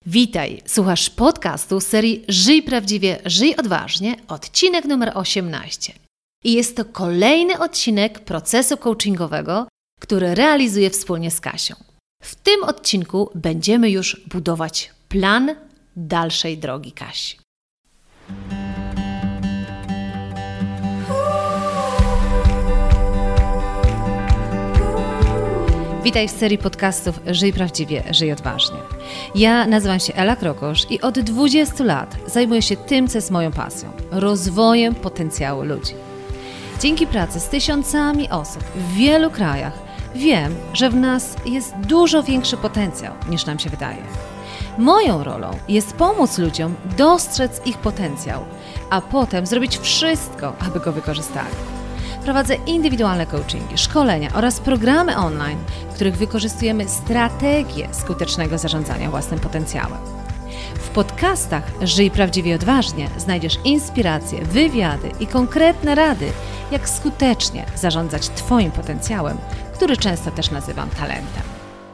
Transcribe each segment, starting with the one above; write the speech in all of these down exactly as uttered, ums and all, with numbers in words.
Witaj, słuchasz podcastu z serii Żyj Prawdziwie, Żyj Odważnie, odcinek numer osiemnaście. I jest to kolejny odcinek procesu coachingowego, który realizuję wspólnie z Kasią. W tym odcinku będziemy już budować plan dalszej drogi Kasi. Witaj w serii podcastów Żyj Prawdziwie, Żyj Odważnie. Ja nazywam się Ela Krokosz i od dwudziestu lat zajmuję się tym, co jest moją pasją – rozwojem potencjału ludzi. Dzięki pracy z tysiącami osób w wielu krajach wiem, że w nas jest dużo większy potencjał niż nam się wydaje. Moją rolą jest pomóc ludziom dostrzec ich potencjał, a potem zrobić wszystko, aby go wykorzystali. Prowadzę indywidualne coachingi, szkolenia oraz programy online, w których wykorzystujemy strategię skutecznego zarządzania własnym potencjałem. W podcastach Żyj Prawdziwie Odważnie znajdziesz inspiracje, wywiady i konkretne rady, jak skutecznie zarządzać Twoim potencjałem, który często też nazywam talentem.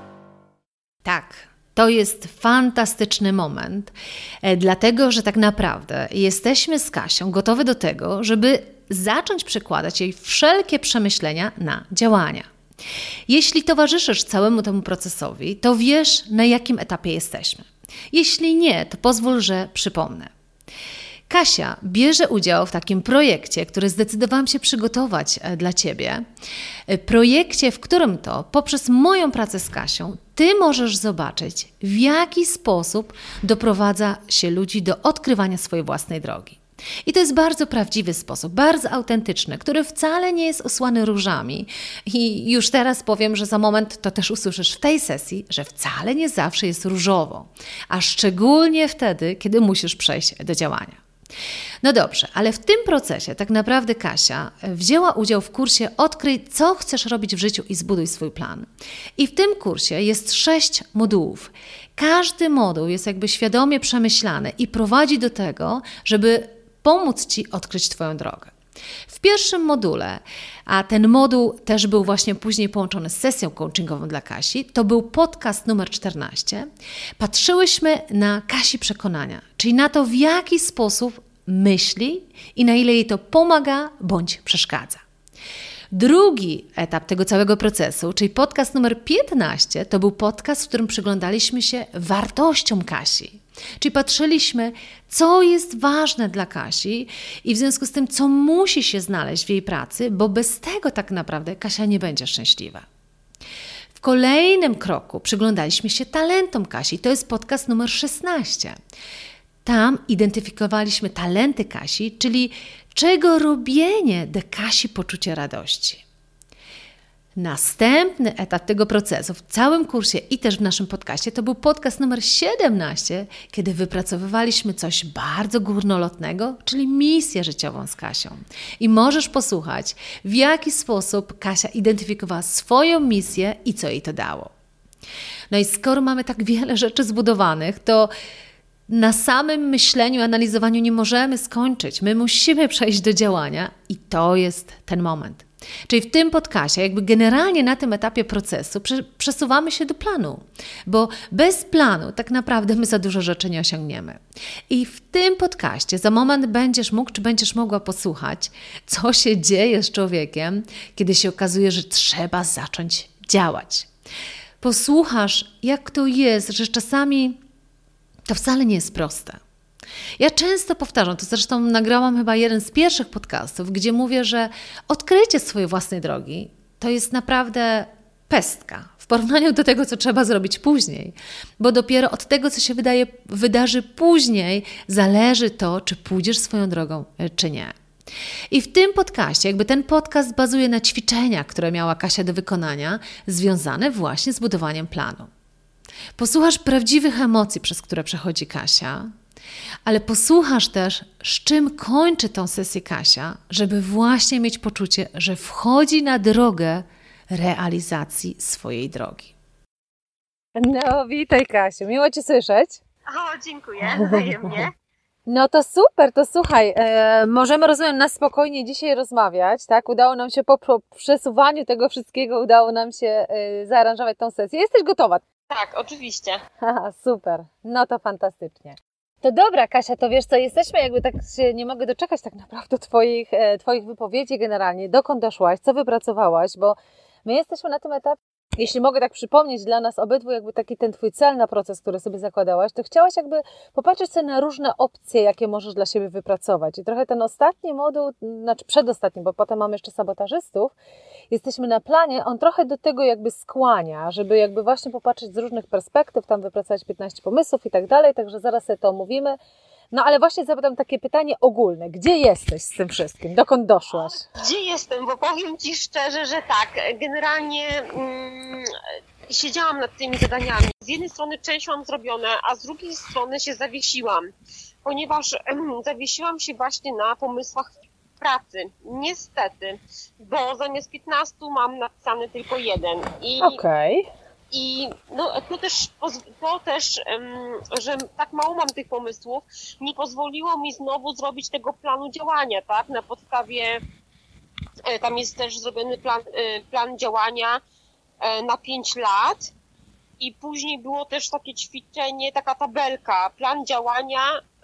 Tak. To jest fantastyczny moment, dlatego że tak naprawdę jesteśmy z Kasią gotowe do tego, żeby zacząć przekładać jej wszelkie przemyślenia na działania. Jeśli towarzyszysz całemu temu procesowi, to wiesz, na jakim etapie jesteśmy. Jeśli nie, to pozwól, że przypomnę. Kasia bierze udział w takim projekcie, który zdecydowałam się przygotować dla Ciebie. Projekcie, w którym to poprzez moją pracę z Kasią Ty możesz zobaczyć, w jaki sposób doprowadza się ludzi do odkrywania swojej własnej drogi. I to jest bardzo prawdziwy sposób, bardzo autentyczny, który wcale nie jest osłany różami. I już teraz powiem, że za moment to też usłyszysz w tej sesji, że wcale nie zawsze jest różowo, a szczególnie wtedy, kiedy musisz przejść do działania. No dobrze, ale w tym procesie tak naprawdę Kasia wzięła udział w kursie Odkryj, co chcesz robić w życiu i zbuduj swój plan. I w tym kursie jest sześć modułów. Każdy moduł jest jakby świadomie przemyślany i prowadzi do tego, żeby pomóc Ci odkryć Twoją drogę. W pierwszym module, a ten moduł też był właśnie później połączony z sesją coachingową dla Kasi, to był podcast numer czternaście. Patrzyłyśmy na Kasi przekonania, czyli na to, w jaki sposób myśli i na ile jej to pomaga bądź przeszkadza. Drugi etap tego całego procesu, czyli podcast numer piętnaście, to był podcast, w którym przyglądaliśmy się wartościom Kasi. Czyli patrzyliśmy, co jest ważne dla Kasi i w związku z tym, co musi się znaleźć w jej pracy, bo bez tego tak naprawdę Kasia nie będzie szczęśliwa. W kolejnym kroku przyglądaliśmy się talentom Kasi. To jest podcast numer szesnaście. Tam identyfikowaliśmy talenty Kasi, czyli czego robienie da Kasi poczucie radości. Następny etap tego procesu w całym kursie i też w naszym podcaście to był podcast numer siedemnaście, kiedy wypracowywaliśmy coś bardzo górnolotnego, czyli misję życiową z Kasią. I możesz posłuchać, w jaki sposób Kasia identyfikowała swoją misję i co jej to dało. No i skoro mamy tak wiele rzeczy zbudowanych, to na samym myśleniu, analizowaniu nie możemy skończyć. My musimy przejść do działania i to jest ten moment. Czyli w tym podcastie, jakby generalnie na tym etapie procesu przesuwamy się do planu, bo bez planu tak naprawdę my za dużo rzeczy nie osiągniemy. I w tym podcaście za moment będziesz mógł, czy będziesz mogła posłuchać, co się dzieje z człowiekiem, kiedy się okazuje, że trzeba zacząć działać. Posłuchasz, jak to jest, że czasami to wcale nie jest proste. Ja często powtarzam, to zresztą nagrałam chyba jeden z pierwszych podcastów, gdzie mówię, że odkrycie swojej własnej drogi to jest naprawdę pestka w porównaniu do tego, co trzeba zrobić później. Bo dopiero od tego, co się wydaje, wydarzy później, zależy to, czy pójdziesz swoją drogą, czy nie. I w tym podcaście, jakby ten podcast bazuje na ćwiczeniach, które miała Kasia do wykonania, związane właśnie z budowaniem planu. Posłuchasz prawdziwych emocji, przez które przechodzi Kasia, ale posłuchasz też, z czym kończy tą sesję Kasia, żeby właśnie mieć poczucie, że wchodzi na drogę realizacji swojej drogi. No, witaj Kasiu, miło Cię słyszeć. O, dziękuję, wzajemnie. No to super, to słuchaj, e, możemy, rozumiem, na spokojnie dzisiaj rozmawiać, tak? Udało nam się po, po przesuwaniu tego wszystkiego, udało nam się e, zaaranżować tą sesję. Jesteś gotowa? Tak, oczywiście. Haha, super, no to fantastycznie. To dobra, Kasia, to wiesz co, jesteśmy jakby tak się nie mogę doczekać tak naprawdę twoich, e, twoich wypowiedzi generalnie, dokąd doszłaś, co wypracowałaś, bo my jesteśmy na tym etapie, jeśli mogę tak przypomnieć dla nas obydwu jakby taki ten twój cel na proces, który sobie zakładałaś, to chciałaś jakby popatrzeć sobie na różne opcje, jakie możesz dla siebie wypracować. I trochę ten ostatni moduł, znaczy przedostatni, bo potem mamy jeszcze sabotażystów, jesteśmy na planie, on trochę do tego jakby skłania, żeby jakby właśnie popatrzeć z różnych perspektyw, tam wypracować piętnaście pomysłów i tak dalej, także zaraz sobie to omówimy. No ale właśnie zadam takie pytanie ogólne. Gdzie jesteś z tym wszystkim? Dokąd doszłaś? Gdzie jestem? Bo powiem Ci szczerze, że tak, generalnie mm, siedziałam nad tymi zadaniami. Z jednej strony część mam zrobione, a z drugiej strony się zawiesiłam, ponieważ em, zawiesiłam się właśnie na pomysłach pracy. Niestety, bo zamiast piętnastu mam napisany tylko jeden. I Okej. I no, to też, to też, że tak mało mam tych pomysłów, nie pozwoliło mi znowu zrobić tego planu działania, tak? Na podstawie, tam jest też zrobiony plan, plan działania na pięć lat i później było też takie ćwiczenie, taka tabelka, plan działania,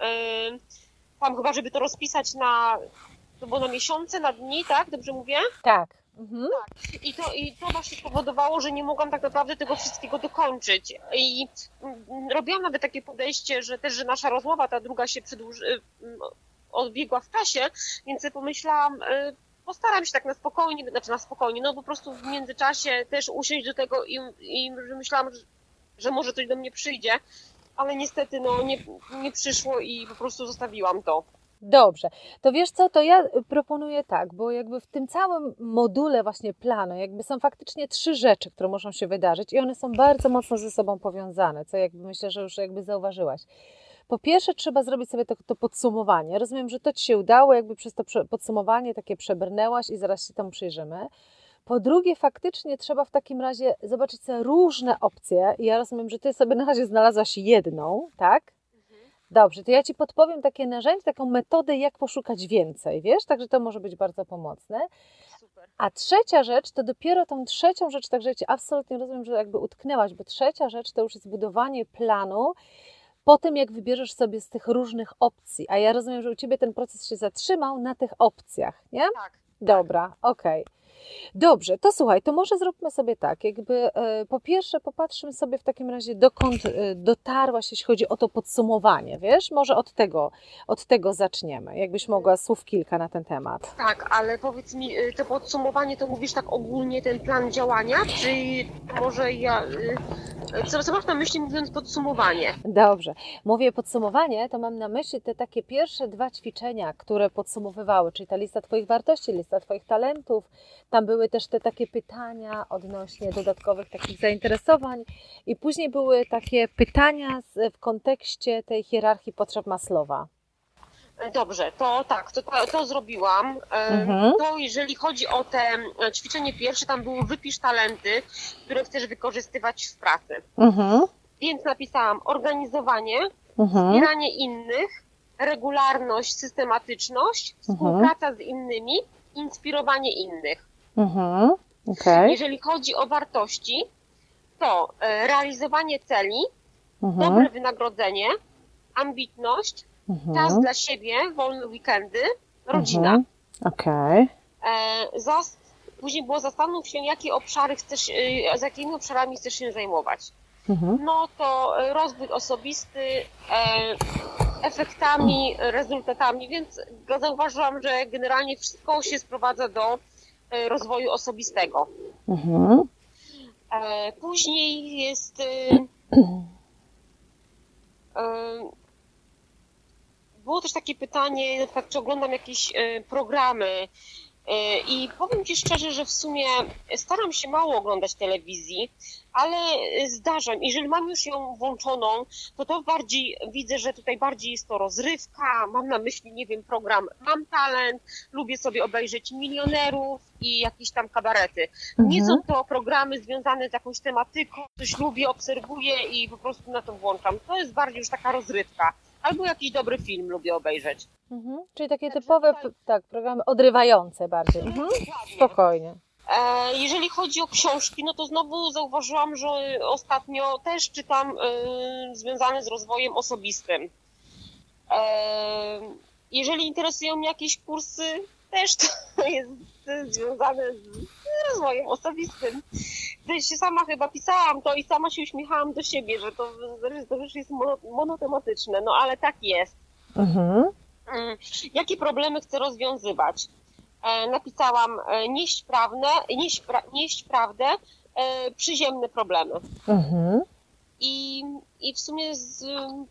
tam chyba, żeby to rozpisać na, to było na miesiące, na dni, tak? Dobrze mówię? Tak. Mhm. Tak. I to, I to właśnie spowodowało, że nie mogłam tak naprawdę tego wszystkiego dokończyć. I mm, robiłam nawet takie podejście, że też, że nasza rozmowa, ta druga się przedłuży, odbiegła w czasie, więc sobie pomyślałam, y, postaram się tak na spokojnie, znaczy na spokojnie, no po prostu w międzyczasie też usiąść do tego i, i myślałam, że, że może coś do mnie przyjdzie, ale niestety no nie, nie przyszło i po prostu zostawiłam to. Dobrze, to wiesz co, to ja proponuję tak, bo jakby w tym całym module właśnie planu jakby są faktycznie trzy rzeczy, które muszą się wydarzyć i one są bardzo mocno ze sobą powiązane, co jakby myślę, że już jakby zauważyłaś. Po pierwsze trzeba zrobić sobie to, to podsumowanie. Rozumiem, że to Ci się udało, jakby przez to podsumowanie takie przebrnęłaś i zaraz się temu przyjrzymy. Po drugie, faktycznie trzeba w takim razie zobaczyć sobie różne opcje i ja rozumiem, że Ty sobie na razie znalazłaś jedną, tak? Dobrze, to ja Ci podpowiem takie narzędzie, taką metodę, jak poszukać więcej, wiesz? Także to może być bardzo pomocne. Super. A trzecia rzecz, to dopiero tą trzecią rzecz, także ja Ci absolutnie rozumiem, że jakby utknęłaś, bo trzecia rzecz to już jest budowanie planu po tym, jak wybierzesz sobie z tych różnych opcji. A ja rozumiem, że u Ciebie ten proces się zatrzymał na tych opcjach, nie? Tak. Dobra, okej. Okay. Dobrze, to słuchaj, to może zróbmy sobie tak, jakby e, po pierwsze popatrzmy sobie w takim razie dokąd e, dotarłaś, jeśli chodzi o to podsumowanie, wiesz, może od tego, od tego zaczniemy, jakbyś mogła słów kilka na ten temat. Tak, ale powiedz mi, to podsumowanie to mówisz tak ogólnie ten plan działania, czy może ja, co, co masz na myśli mówiąc podsumowanie? Dobrze, mówię podsumowanie, to mam na myśli te takie pierwsze dwa ćwiczenia, które podsumowywały, czyli ta lista Twoich wartości, lista Twoich talentów. Tam były też te takie pytania odnośnie dodatkowych takich zainteresowań i później były takie pytania w kontekście tej hierarchii potrzeb Maslowa. Dobrze, to tak, to, to, to zrobiłam. Mhm. To jeżeli chodzi o te ćwiczenie pierwsze, tam było wypisz talenty, które chcesz wykorzystywać w pracy. Mhm. Więc napisałam organizowanie, Mhm. wspieranie innych, regularność, systematyczność, współpraca mhm. z innymi, inspirowanie innych. Mhm. Okay. Jeżeli chodzi o wartości, to realizowanie celi, mhm. dobre wynagrodzenie, ambitność, mhm. czas dla siebie, wolne weekendy, rodzina. Mhm. Okej. Okay. Później było zastanów się, jakie obszary chcesz, z jakimi obszarami chcesz się zajmować. Mhm. No to rozwój osobisty, efektami, rezultatami, więc zauważyłam, że generalnie wszystko się sprowadza do rozwoju osobistego. Mhm. Później jest było też takie pytanie, na przykład, czy oglądam jakieś programy i powiem Ci szczerze, że w sumie staram się mało oglądać telewizji, ale zdarzam, jeżeli mam już ją włączoną, to to bardziej widzę, że tutaj bardziej jest to rozrywka, mam na myśli, nie wiem, program Mam Talent, lubię sobie obejrzeć Milionerów i jakieś tam kabarety. Mhm. Nie są to programy związane z jakąś tematyką, coś lubię, obserwuję i po prostu na to włączam. To jest bardziej już taka rozrywka. Albo jakiś dobry film lubię obejrzeć. Mhm. Czyli takie typowe tak, programy odrywające bardziej. Mhm. Spokojnie. Jeżeli chodzi o książki, no to znowu zauważyłam, że ostatnio też czytam związane z rozwojem osobistym. Jeżeli interesują mnie jakieś kursy, też to jest związane z rozwojem osobistym. Gdzieś sama chyba pisałam to i sama się uśmiechałam do siebie, że to, że to już jest monotematyczne, no ale tak jest. Mhm. Jakie problemy chcę rozwiązywać? Napisałam nieść, prawne, nieść, pra, nieść prawdę, przyziemne problemy. Mhm. I, I w sumie z,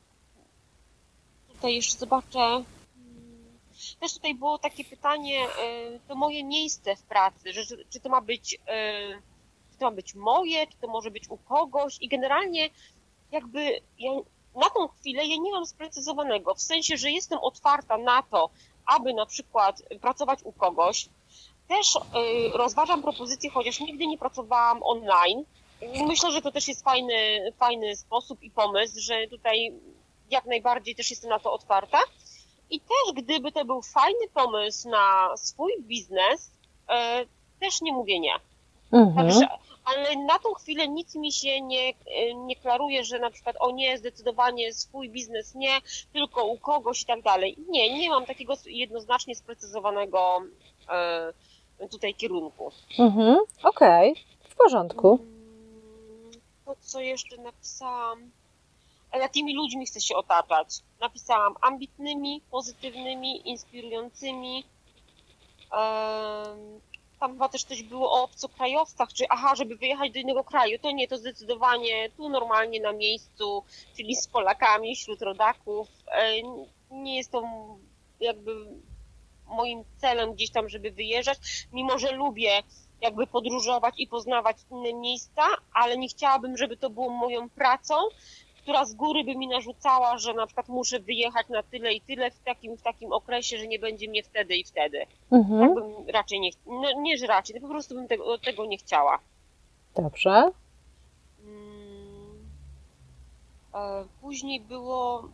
tutaj jeszcze zobaczę, też tutaj było takie pytanie, to moje miejsce w pracy, że, czy to ma być, czy to ma być moje, czy to może być u kogoś i generalnie jakby ja, na tą chwilę ja nie mam sprecyzowanego, w sensie, że jestem otwarta na to, aby na przykład pracować u kogoś. Też rozważam propozycję, chociaż nigdy nie pracowałam online. Myślę, że to też jest fajny, fajny sposób i pomysł, że tutaj jak najbardziej też jestem na to otwarta. I też gdyby to był fajny pomysł na swój biznes, też nie mówię nie. Mhm. Także, ale na tą chwilę nic mi się nie, nie klaruje, że na przykład o nie, zdecydowanie swój biznes nie, tylko u kogoś i tak dalej. Nie, nie mam takiego jednoznacznie sprecyzowanego tutaj kierunku. Mhm, okej, okay. W porządku. To, co jeszcze napisałam, jakimi ludźmi chcę się otaczać? Napisałam ambitnymi, pozytywnymi, inspirującymi. Tam chyba też coś było o obcokrajowcach, czy aha, żeby wyjechać do innego kraju. To nie, to zdecydowanie tu normalnie na miejscu, czyli z Polakami, wśród rodaków. Nie jest to jakby moim celem gdzieś tam, żeby wyjeżdżać, mimo że lubię jakby podróżować i poznawać inne miejsca, ale nie chciałabym, żeby to było moją pracą, która z góry by mi narzucała, że na przykład muszę wyjechać na tyle i tyle w takim, w takim okresie, że nie będzie mnie wtedy i wtedy. Mhm. Tak bym raczej nie, no nie, że raczej, po prostu bym tego, tego nie chciała. Dobrze. Później było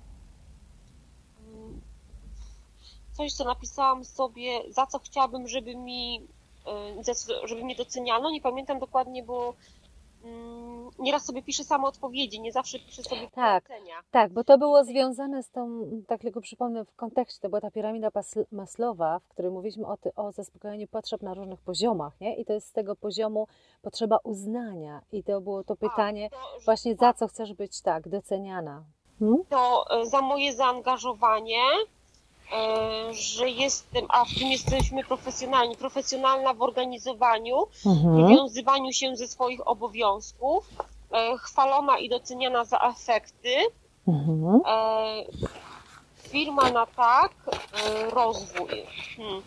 coś, co napisałam sobie, za co chciałabym, żeby mi, żeby mnie doceniano. Nie pamiętam dokładnie, bo nieraz sobie piszę same odpowiedzi, nie zawsze piszę sobie tak, polecenia. Tak, bo to było związane z tą, tak tylko przypomnę w kontekście, to była ta piramida Maslowa, w której mówiliśmy o, ty, o zaspokojeniu potrzeb na różnych poziomach, nie? I to jest z tego poziomu potrzeba uznania i to było to pytanie a, to, właśnie za co chcesz być tak doceniana. Hmm? To za moje zaangażowanie, że jestem, a w tym jesteśmy profesjonalni, profesjonalna w organizowaniu, mhm. wywiązywaniu się ze swoich obowiązków, chwalona i doceniana za efekty, mhm. firma na tak, rozwój. Hmm.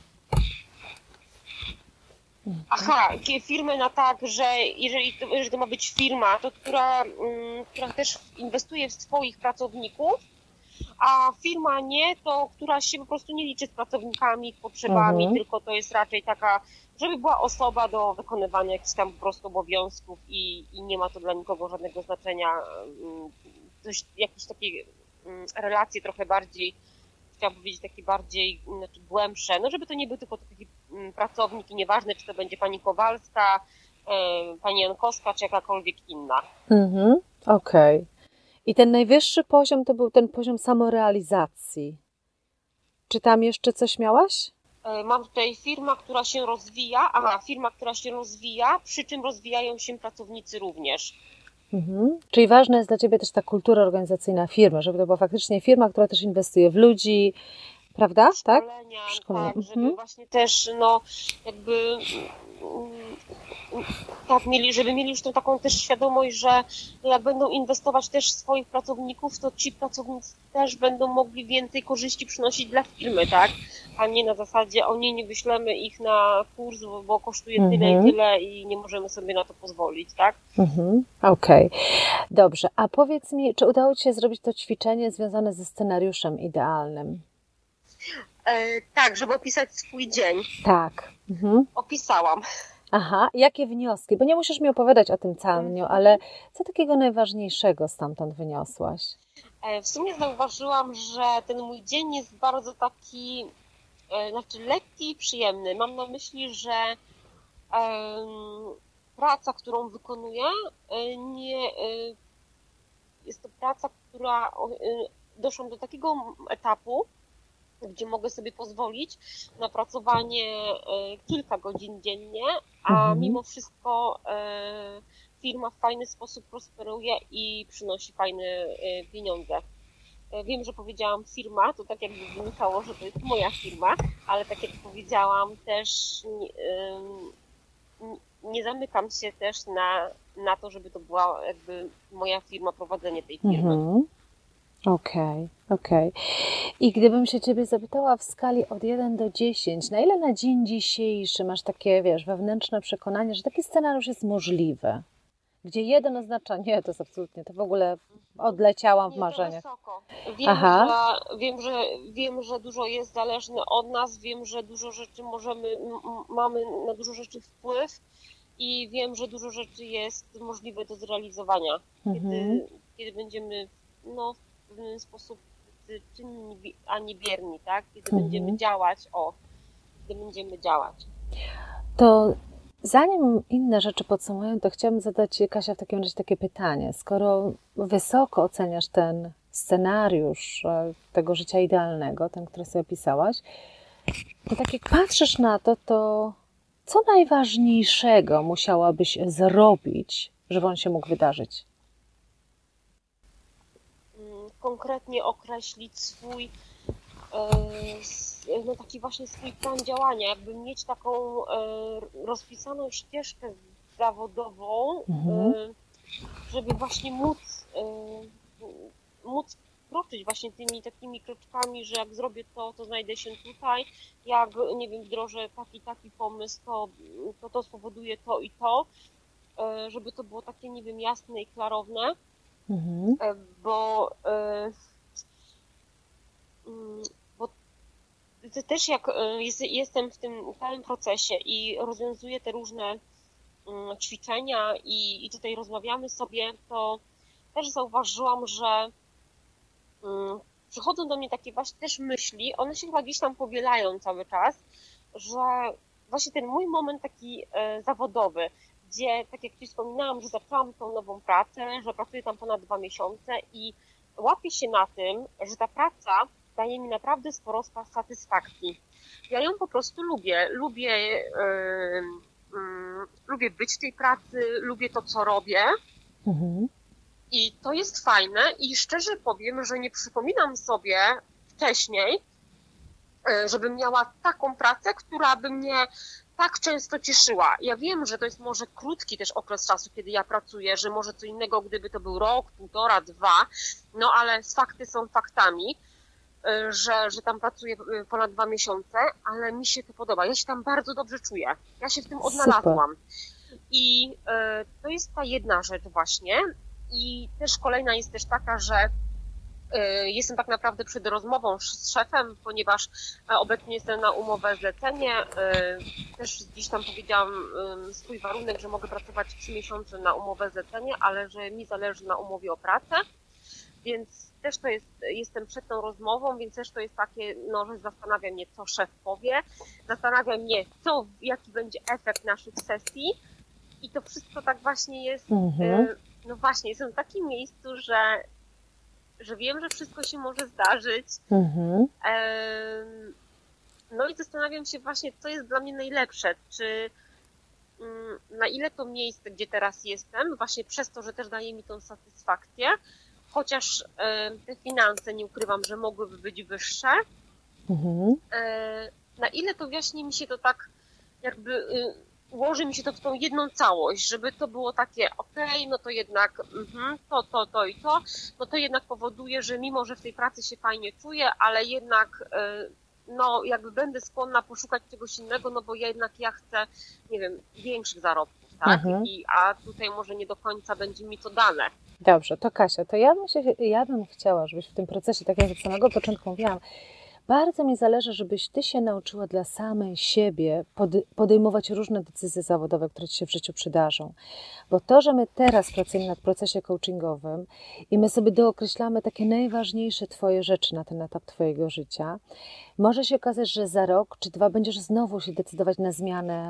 Aha, firmy na tak, że jeżeli to, jeżeli to ma być firma, to która, która też inwestuje w swoich pracowników, a firma nie, to która się po prostu nie liczy z pracownikami, ich potrzebami, mhm. tylko to jest raczej taka, żeby była osoba do wykonywania jakichś tam po prostu obowiązków i, i nie ma to dla nikogo żadnego znaczenia. Coś, jakieś takie relacje trochę bardziej, chciałam powiedzieć, takie bardziej znaczy głębsze, no żeby to nie był tylko taki pracownik i nieważne, czy to będzie pani Kowalska, pani Jankowska, czy jakakolwiek inna. Mhm, okej. Okay. I ten najwyższy poziom to był ten poziom samorealizacji. Czy tam jeszcze coś miałaś? Mam tutaj firma, która się rozwija, aha, firma, która się rozwija, przy czym rozwijają się pracownicy również. Mhm. Czyli ważna jest dla Ciebie też ta kultura organizacyjna firmy, żeby to była faktycznie firma, która też inwestuje w ludzi, prawda? Szkolenia, tak? Szkolenia. Tak, żeby mhm. właśnie też, no, jakby tak, mieli, żeby mieli już tą taką też świadomość, że jak będą inwestować też w swoich pracowników, to ci pracownicy też będą mogli więcej korzyści przynosić dla firmy, tak? A nie na zasadzie, o nie, nie wyślemy ich na kurs, bo kosztuje mhm. tyle i tyle i nie możemy sobie na to pozwolić, tak? Mhm. Okej, okay. Dobrze. A powiedz mi, czy udało Ci się zrobić to ćwiczenie związane ze scenariuszem idealnym? E, tak, żeby opisać swój dzień. Tak. Mhm. Opisałam. Aha, jakie wnioski? Bo nie musisz mi opowiadać o tym całym dniu, ale co takiego najważniejszego stamtąd wyniosłaś? W sumie zauważyłam, że ten mój dzień jest bardzo taki, znaczy lekki i przyjemny. Mam na myśli, że praca, którą wykonuję, nie jest to praca, która doszłam do takiego etapu, gdzie mogę sobie pozwolić na pracowanie kilka godzin dziennie, a Mhm. mimo wszystko firma w fajny sposób prosperuje i przynosi fajne pieniądze. Wiem, że powiedziałam firma, to tak jakby wynikało, że to jest moja firma, ale tak jak powiedziałam, też nie, nie zamykam się też na, na to, żeby to była jakby moja firma, prowadzenie tej firmy. Mhm. Okej, okej. I gdybym się Ciebie zapytała w skali od jeden do dziesięciu, na ile na dzień dzisiejszy masz takie, wiesz, wewnętrzne przekonanie, że taki scenariusz jest możliwy? Gdzie jeden oznacza, nie, to jest absolutnie, to w ogóle odleciałam w Nie, to marzeniach. wysoko. Wiem, Aha. że, wiem, że, wiem, że dużo jest zależne od nas, wiem, że dużo rzeczy możemy, m- m- mamy na dużo rzeczy wpływ i wiem, że dużo rzeczy jest możliwe do zrealizowania, Mhm. kiedy, kiedy będziemy no, w pewien sposób czynni, a nie bierni, tak? Kiedy Mhm. będziemy działać, o, kiedy będziemy działać. To zanim inne rzeczy podsumuję, to chciałabym zadać Ci, Kasia, w takim razie takie pytanie. Skoro wysoko oceniasz ten scenariusz e, tego życia idealnego, ten, który sobie opisałaś, to tak jak patrzysz na to, to co najważniejszego musiałabyś zrobić, żeby on się mógł wydarzyć? Mm, Konkretnie określić swój e, s- no taki właśnie swój plan działania, jakby mieć taką e, rozpisaną ścieżkę zawodową, Mhm. e, żeby właśnie móc, e, móc kroczyć właśnie tymi takimi kroczkami, że jak zrobię to, to znajdę się tutaj, jak, nie wiem, wdrożę taki, taki pomysł, to to, to spowoduje to i to, e, żeby to było takie, nie wiem, jasne i klarowne, Mhm. e, bo e, mm, bo to też jak e, jest, jestem w tym całym procesie i rozwiązuję te różne mm, ćwiczenia i, i tutaj rozmawiamy sobie, to też zauważyłam, że mm, przychodzą do mnie takie właśnie też myśli, one się chyba gdzieś tam powielają cały czas, że właśnie ten mój moment taki e, zawodowy, gdzie tak jak Ci wspominałam, że zaczęłam tą nową pracę, że pracuję tam ponad dwa miesiące i łapię się na tym, że ta praca daje mi naprawdę sporo sta- satysfakcji. Ja ją po prostu lubię, lubię, e, mm, lubię być w tej pracy, lubię to, co robię. Mhm. I to jest fajne i szczerze powiem, że nie przypominam sobie wcześniej, e, żebym miała taką pracę, która by mnie tak często cieszyła. Ja wiem, że to jest może krótki też okres czasu, kiedy ja pracuję, że może co innego, gdyby to był rok, półtora, dwa, no ale fakty są faktami, e, że, że tam pracuję e, ponad dwa miesiące, ale mi się to podoba. Ja się tam bardzo dobrze czuję. Ja się w tym Super. odnalazłam. I e, to jest ta jedna rzecz właśnie. I też kolejna jest też taka, że e, jestem tak naprawdę przed rozmową z szefem, ponieważ e, obecnie jestem na umowę zlecenie. E, Też gdzieś tam powiedziałam e, swój warunek, że mogę pracować trzy miesiące na umowę zlecenie, ale że mi zależy na umowie o pracę. Więc też to jest, jestem przed tą rozmową, więc też to jest takie, no, że zastanawia mnie, co szef powie, zastanawia mnie, co, jaki będzie efekt naszych sesji i to wszystko tak właśnie jest, Mhm. y, no właśnie, jestem w takim miejscu, że, że wiem, że wszystko się może zdarzyć. Mhm. Em, No i zastanawiam się właśnie, co jest dla mnie najlepsze, czy mm, na ile to miejsce, gdzie teraz jestem, właśnie przez to, że też daje mi tą satysfakcję, chociaż e, te finanse, nie ukrywam, że mogłyby być wyższe, Mhm. e, na ile to właśnie mi się to tak jakby y, ułoży mi się to w tą jedną całość, żeby to było takie okej, no to jednak mhm, to, to, to i to, no to jednak powoduje, że mimo, że w tej pracy się fajnie czuję, ale jednak e, no jakby będę skłonna poszukać czegoś innego, no bo jednak ja chcę, nie wiem, większych zarobków, tak? Mhm. I, a tutaj może nie do końca będzie mi to dane. Dobrze, to Kasia, to ja bym, się, ja bym chciała, żebyś w tym procesie, tak jak od samego początku mówiłam, bardzo mi zależy, żebyś Ty się nauczyła dla samej siebie podejmować różne decyzje zawodowe, które Ci się w życiu przydarzą. Bo to, że my teraz pracujemy nad procesie coachingowym i my sobie dookreślamy takie najważniejsze Twoje rzeczy na ten etap Twojego życia, może się okazać, że za rok czy dwa będziesz znowu się decydować na zmianę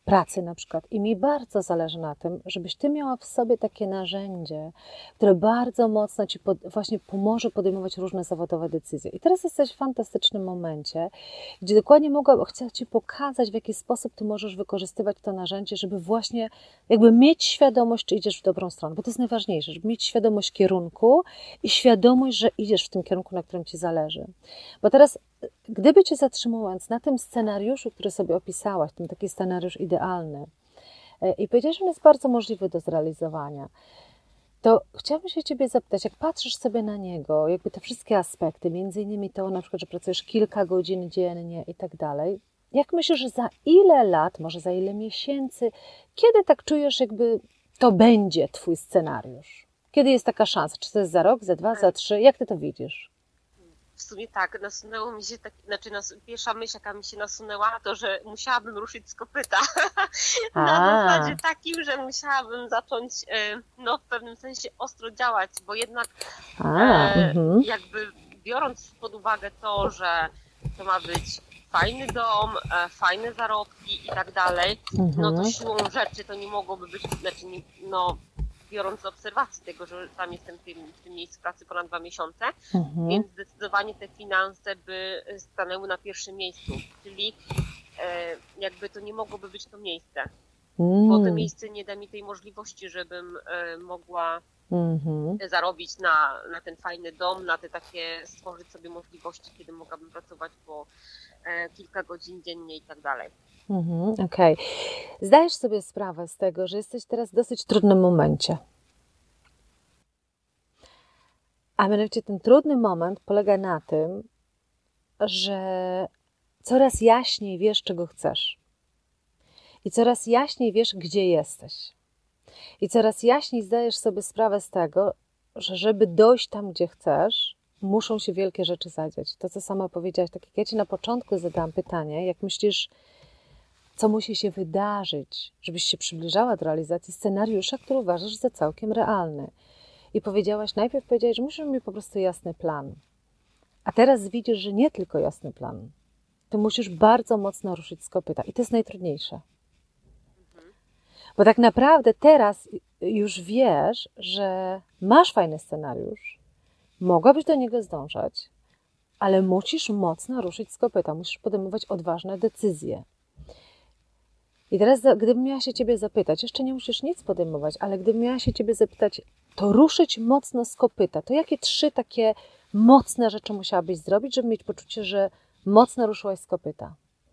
pracy na przykład. I mi bardzo zależy na tym, żebyś Ty miała w sobie takie narzędzie, które bardzo mocno Ci pod, właśnie pomoże podejmować różne zawodowe decyzje. I teraz jesteś w fantastycznym momencie, gdzie dokładnie mogłabym, chcę Ci pokazać, w jaki sposób Ty możesz wykorzystywać to narzędzie, żeby właśnie jakby mieć świadomość, czy idziesz w dobrą stronę, bo to jest najważniejsze, żeby mieć świadomość kierunku i świadomość, że idziesz w tym kierunku, na którym Ci zależy. Bo teraz, gdyby Cię zatrzymując na tym scenariuszu, który sobie opisałaś, ten taki scenariusz idealny, i powiedziałeś, że on jest bardzo możliwy do zrealizowania, to chciałabym się Ciebie zapytać, jak patrzysz sobie na niego, jakby te wszystkie aspekty, między innymi to na przykład, że pracujesz kilka godzin dziennie i tak dalej, jak myślisz, że za ile lat, może za ile miesięcy, kiedy tak czujesz, jakby to będzie Twój scenariusz? Kiedy jest taka szansa? Czy to jest za rok, za dwa, za trzy? Jak Ty to widzisz? W sumie tak, nasunęło mi się, tak, znaczy nas, pierwsza myśl, jaka mi się nasunęła, to, że musiałabym ruszyć z kopyta. Na A. zasadzie takim, że musiałabym zacząć no, w pewnym sensie ostro działać, bo jednak A, e, mhm. jakby biorąc pod uwagę to, że to ma być fajny dom, e, fajne zarobki i tak dalej, no to Mhm. siłą rzeczy to nie mogłoby być, znaczy nie, no biorąc do obserwacji tego, że tam jestem w tym, w tym miejscu pracy ponad dwa miesiące, Mhm. więc zdecydowanie te finanse by stanęły na pierwszym miejscu, czyli e, jakby to nie mogłoby być to miejsce, bo to Mm. miejsce nie da mi tej możliwości, żebym e, mogła Mhm. zarobić na, na ten fajny dom, na te takie, stworzyć sobie możliwości, kiedy mogłabym pracować po e, kilka godzin dziennie i tak dalej. Mhm. Okej. Zdajesz sobie sprawę z tego, że jesteś teraz w dosyć trudnym momencie. A mianowicie ten trudny moment polega na tym, że coraz jaśniej wiesz, czego chcesz. I coraz jaśniej wiesz, gdzie jesteś. I coraz jaśniej zdajesz sobie sprawę z tego, że żeby dojść tam, gdzie chcesz, muszą się wielkie rzeczy zadziać. To, co sama powiedziałaś, tak jak ja Ci na początku zadałam pytanie, jak myślisz, co musi się wydarzyć, żebyś się przybliżała do realizacji scenariusza, który uważasz za całkiem realny. I powiedziałaś, najpierw powiedziałaś, że musisz mieć po prostu jasny plan. A teraz widzisz, że nie tylko jasny plan. Ty musisz bardzo mocno ruszyć z kopyta. I to jest najtrudniejsze. Bo tak naprawdę teraz już wiesz, że masz fajny scenariusz, mogłabyś do niego zdążać, ale musisz mocno ruszyć z kopyta, musisz podejmować odważne decyzje. I teraz, gdybym miała się Ciebie zapytać, jeszcze nie musisz nic podejmować, ale gdybym miała się Ciebie zapytać, to ruszyć mocno z kopyta, to jakie trzy takie mocne rzeczy musiałabyś zrobić, żeby mieć poczucie, że mocno ruszyłaś z kopyta?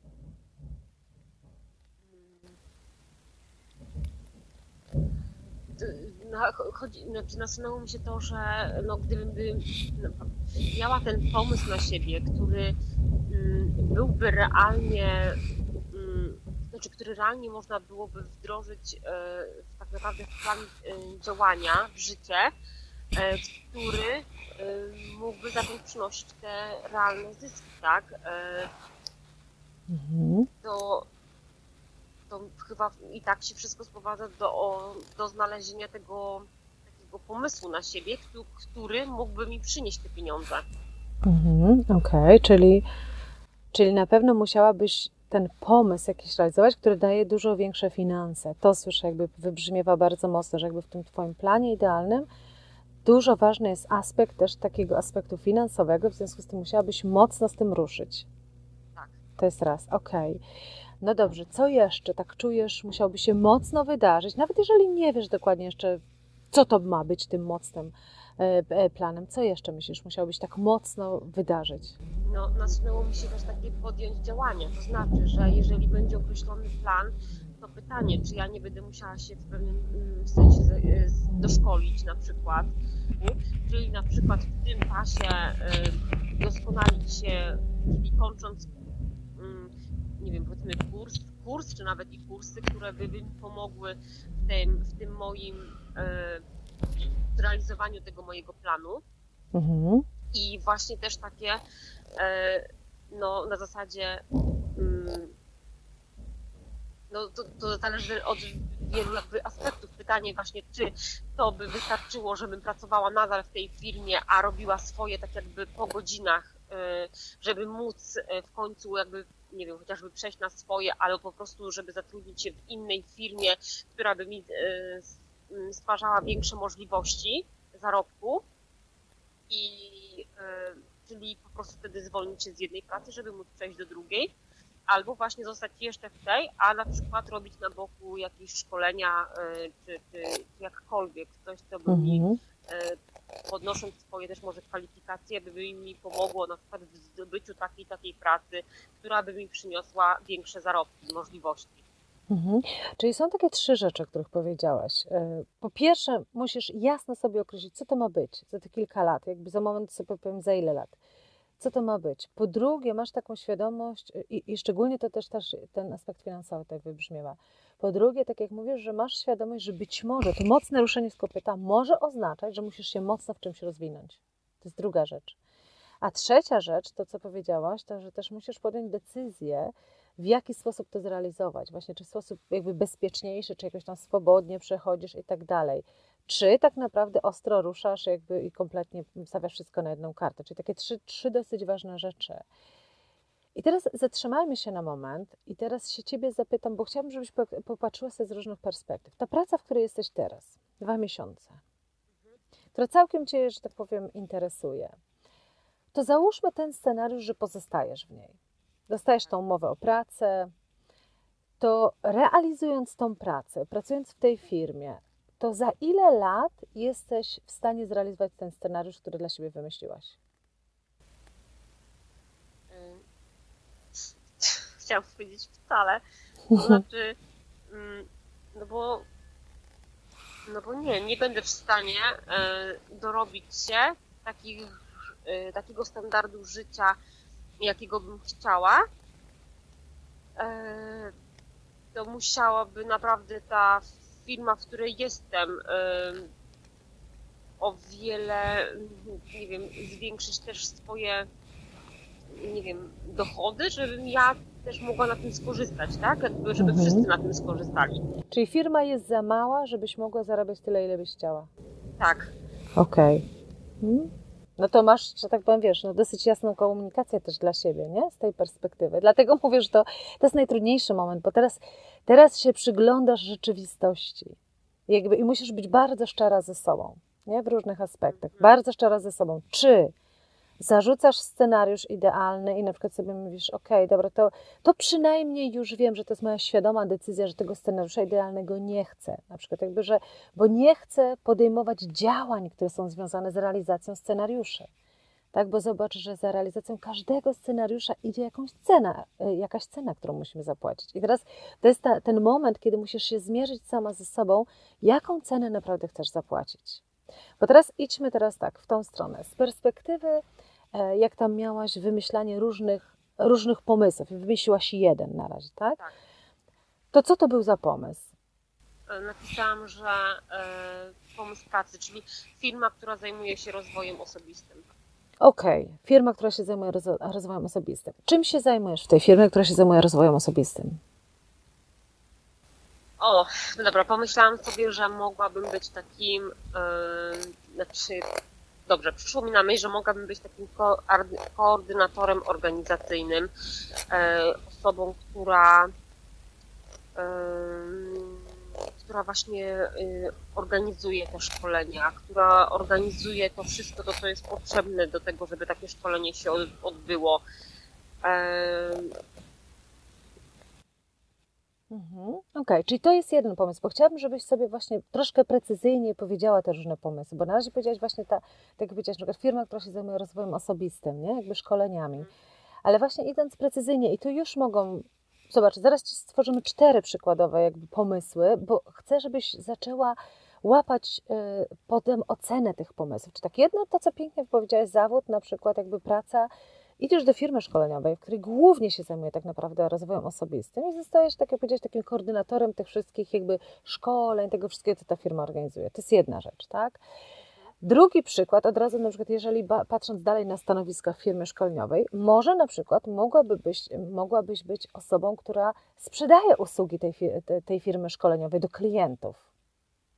No, chodzi, znaczy nasunęło mi się to, że no, gdybym by, no, miała ten pomysł na siebie, który mm, byłby realnie, mm, znaczy który realnie można byłoby wdrożyć e, tak naprawdę w plan e, działania, w życie, e, który e, mógłby zacząć przynosić te realne zyski, tak? E, Mhm. to to chyba i tak się wszystko sprowadza do, do znalezienia tego takiego pomysłu na siebie, który, który mógłby mi przynieść te pieniądze. Mhm. Okej, czyli, czyli na pewno musiałabyś ten pomysł jakiś realizować, który daje dużo większe finanse. To słyszę, jakby wybrzmiewa bardzo mocno, że jakby w tym Twoim planie idealnym dużo ważny jest aspekt też takiego aspektu finansowego, w związku z tym musiałabyś mocno z tym ruszyć. Tak. To jest raz, okej. No dobrze, co jeszcze tak czujesz, musiałoby się mocno wydarzyć, nawet jeżeli nie wiesz dokładnie jeszcze, co to ma być tym mocnym e, planem, co jeszcze myślisz, musiałoby się tak mocno wydarzyć? No, nasunęło mi się też takie podjąć działania, to znaczy, że jeżeli będzie określony plan, to pytanie, czy ja nie będę musiała się w pewnym sensie doszkolić na przykład, czyli na przykład w tym czasie doskonalić się, czyli kończąc nie wiem, powiedzmy kurs, kurs, czy nawet i kursy, które by mi pomogły w tym, w tym moim e, realizowaniu tego mojego planu. Mhm. I właśnie też takie e, no na zasadzie mm, no to, to zależy od wielu jakby aspektów. Pytanie właśnie, czy to by wystarczyło, żebym pracowała nadal w tej firmie, a robiła swoje tak jakby po godzinach, e, żeby móc w końcu jakby nie wiem, chociażby przejść na swoje, albo po prostu, żeby zatrudnić się w innej firmie, która by mi stwarzała większe możliwości zarobku i czyli po prostu wtedy zwolnić się z jednej pracy, żeby móc przejść do drugiej, albo właśnie zostać jeszcze w tej, a na przykład robić na boku jakieś szkolenia, czy, czy jakkolwiek coś, co by mi, Mhm. podnosząc swoje też może kwalifikacje, by mi pomogło na przykład w zdobyciu takiej takiej pracy, która by mi przyniosła większe zarobki, możliwości. Mhm. Czyli są takie trzy rzeczy, o których powiedziałaś. E, Po pierwsze, musisz jasno sobie określić, co to ma być za te kilka lat, jakby za moment sobie powiem, za ile lat. Co to ma być? Po drugie, masz taką świadomość i, i szczególnie to też, też ten aspekt finansowy tak wybrzmiewa. Po drugie, tak jak mówisz, że masz świadomość, że być może to mocne ruszenie z kopyta może oznaczać, że musisz się mocno w czymś rozwinąć. To jest druga rzecz. A trzecia rzecz, to co powiedziałaś, to że też musisz podjąć decyzję, w jaki sposób to zrealizować. Właśnie czy w sposób jakby bezpieczniejszy, czy jakoś tam swobodnie przechodzisz i tak dalej. Czy tak naprawdę ostro ruszasz jakby i kompletnie stawiasz wszystko na jedną kartę. Czyli takie trzy, trzy dosyć ważne rzeczy. I teraz zatrzymajmy się na moment i teraz się Ciebie zapytam, bo chciałabym, żebyś popatrzyła sobie z różnych perspektyw. Ta praca, w której jesteś teraz, dwa miesiące, która całkiem Cię, że tak powiem, interesuje, to załóżmy ten scenariusz, że pozostajesz w niej. Dostajesz tą umowę o pracę, to realizując tą pracę, pracując w tej firmie, to za ile lat jesteś w stanie zrealizować ten scenariusz, który dla siebie wymyśliłaś? Chciałam powiedzieć wcale. To znaczy, no bo, no bo nie, nie będę w stanie dorobić się takich, takiego standardu życia, jakiego bym chciała. To musiałaby naprawdę ta firma, w której jestem, o wiele, nie wiem, zwiększyć też swoje, nie wiem, dochody, żebym ja też mogła na tym skorzystać, tak? Jakby, żeby Mhm. wszyscy na tym skorzystali. Czyli firma jest za mała, żebyś mogła zarabiać tyle, ile byś chciała? Tak. Okej. Hmm? No to masz, że tak powiem, wiesz, no dosyć jasną komunikację też dla siebie, nie? Z tej perspektywy. Dlatego mówię, że to, to jest najtrudniejszy moment, bo teraz, teraz się przyglądasz rzeczywistości. Jakby, i musisz być bardzo szczera ze sobą, nie? W różnych aspektach. Bardzo szczera ze sobą. Czy zarzucasz scenariusz idealny i na przykład sobie mówisz, okej, dobra, to, to przynajmniej już wiem, że to jest moja świadoma decyzja, że tego scenariusza idealnego nie chcę. Na przykład jakby, że, bo nie chcę podejmować działań, które są związane z realizacją scenariuszy. Tak, bo zobacz, że za realizacją każdego scenariusza idzie jakąś cena, jakaś cena, którą musimy zapłacić. I teraz to jest ta, ten moment, kiedy musisz się zmierzyć sama ze sobą, jaką cenę naprawdę chcesz zapłacić. Bo teraz idźmy teraz tak, w tą stronę. Z perspektywy, jak tam miałaś wymyślanie różnych, różnych pomysłów, wymyśliłaś jeden na razie, tak? Tak. To co to był za pomysł? Napisałam, że y, pomysł pracy, czyli firma, która zajmuje się rozwojem osobistym. Okej, okay. Firma, która się zajmuje roz- rozwojem osobistym. Czym się zajmujesz w tej firmie, która się zajmuje rozwojem osobistym? O, no dobra, pomyślałam sobie, że mogłabym być takim, yy, znaczy, dobrze, przyszło mi na myśl, że mogłabym być takim ko- koordynatorem organizacyjnym, yy, osobą, która, yy, która właśnie yy, organizuje te szkolenia, która organizuje to wszystko, to co jest potrzebne do tego, żeby takie szkolenie się odbyło. Yy, Mhm. Okej, okay. Czyli to jest jeden pomysł, bo chciałabym, żebyś sobie właśnie troszkę precyzyjniej powiedziała te różne pomysły, bo na razie powiedziałaś właśnie ta, tak jak powiedziałaś, na przykład firma, która się zajmuje rozwojem osobistym, nie? Jakby szkoleniami, ale właśnie idąc precyzyjnie i tu już mogą, zobacz, zaraz Ci stworzymy cztery przykładowe jakby pomysły, bo chcę, żebyś zaczęła łapać y, potem ocenę tych pomysłów. Czy tak jedno, to co pięknie powiedziałaś, zawód, na przykład jakby praca, idziesz do firmy szkoleniowej, w której głównie się zajmuje tak naprawdę rozwojem osobistym i zostajesz, tak jak powiedziałeś, takim koordynatorem tych wszystkich jakby szkoleń, tego wszystkiego, co ta firma organizuje. To jest jedna rzecz, tak? Drugi przykład, od razu na przykład, jeżeli ba, patrząc dalej na stanowiska w firmie szkoleniowej, może na przykład mogłaby być, mogłabyś być osobą, która sprzedaje usługi tej, tej firmy szkoleniowej do klientów.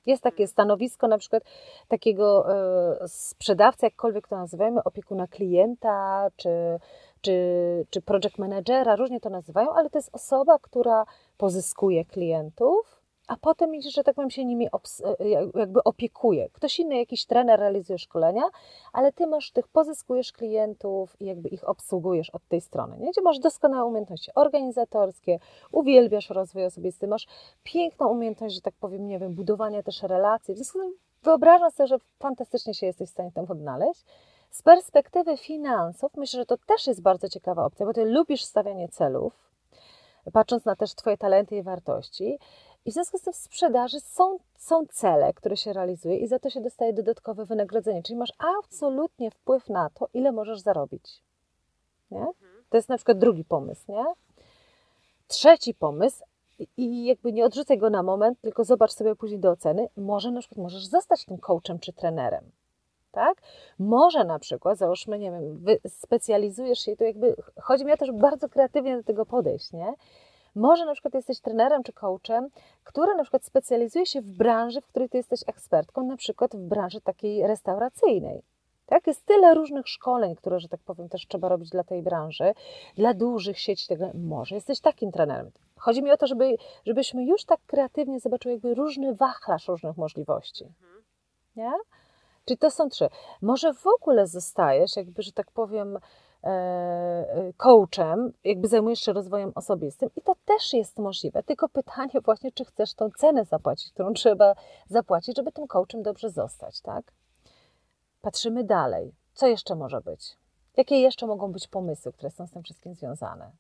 Jest takie stanowisko na przykład takiego e, sprzedawcy, jakkolwiek to nazywamy, opiekuna klienta, czy, czy, czy project managera, różnie to nazywają, ale to jest osoba, która pozyskuje klientów, a potem, że tak powiem, się nimi jakby opiekuje. Ktoś inny, jakiś trener realizuje szkolenia, ale ty masz tych, pozyskujesz klientów i jakby ich obsługujesz od tej strony, nie? Gdzie masz doskonałe umiejętności organizatorskie, uwielbiasz rozwój osobisty, masz piękną umiejętność, że tak powiem, nie wiem, budowania też relacji. W związku z tym wyobrażam sobie, że fantastycznie się jesteś w stanie tam odnaleźć. Z perspektywy finansów myślę, że to też jest bardzo ciekawa opcja, bo ty lubisz stawianie celów, patrząc na też twoje talenty i wartości. I w związku z tym w sprzedaży są, są cele, które się realizuje i za to się dostaje dodatkowe wynagrodzenie. Czyli masz absolutnie wpływ na to, ile możesz zarobić. Nie? To jest na przykład drugi pomysł. Nie? Trzeci pomysł, i jakby nie odrzucaj go na moment, tylko zobacz sobie później do oceny, może na przykład możesz zostać tym coachem czy trenerem. Tak? Może na przykład, załóżmy, nie wiem, specjalizujesz się i to jakby, chodzi mi o to, żeby bardzo kreatywnie do tego podejść, nie? Może na przykład jesteś trenerem czy coachem, który na przykład specjalizuje się w branży, w której ty jesteś ekspertką, na przykład w branży takiej restauracyjnej. Tak? Jest tyle różnych szkoleń, które, że tak powiem, też trzeba robić dla tej branży, dla dużych sieci. Tego. Może jesteś takim trenerem. Chodzi mi o to, żeby, żebyśmy już tak kreatywnie zobaczyli jakby różny wachlarz różnych możliwości. Nie? Czyli to są trzy. Może w ogóle zostajesz, jakby, że tak powiem, coachem, jakby zajmujesz się rozwojem osobistym i to też jest możliwe, tylko pytanie właśnie, czy chcesz tą cenę zapłacić, którą trzeba zapłacić, żeby tym coachem dobrze zostać, tak? Patrzymy dalej. Co jeszcze może być? Jakie jeszcze mogą być pomysły, które są z tym wszystkim związane?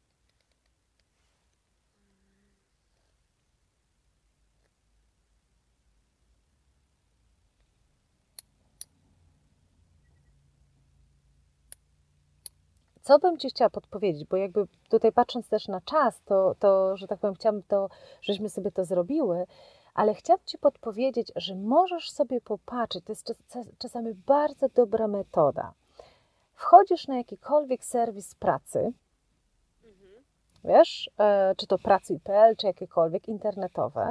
Co bym Ci chciała podpowiedzieć, bo jakby tutaj patrząc też na czas, to, to że tak powiem, chciałabym to, żeśmy sobie to zrobiły, ale chciałabym Ci podpowiedzieć, że możesz sobie popatrzeć, to jest czas, czasami bardzo dobra metoda. Wchodzisz na jakikolwiek serwis pracy, mhm. wiesz, czy to pracuj kropka p l, czy jakiekolwiek internetowe,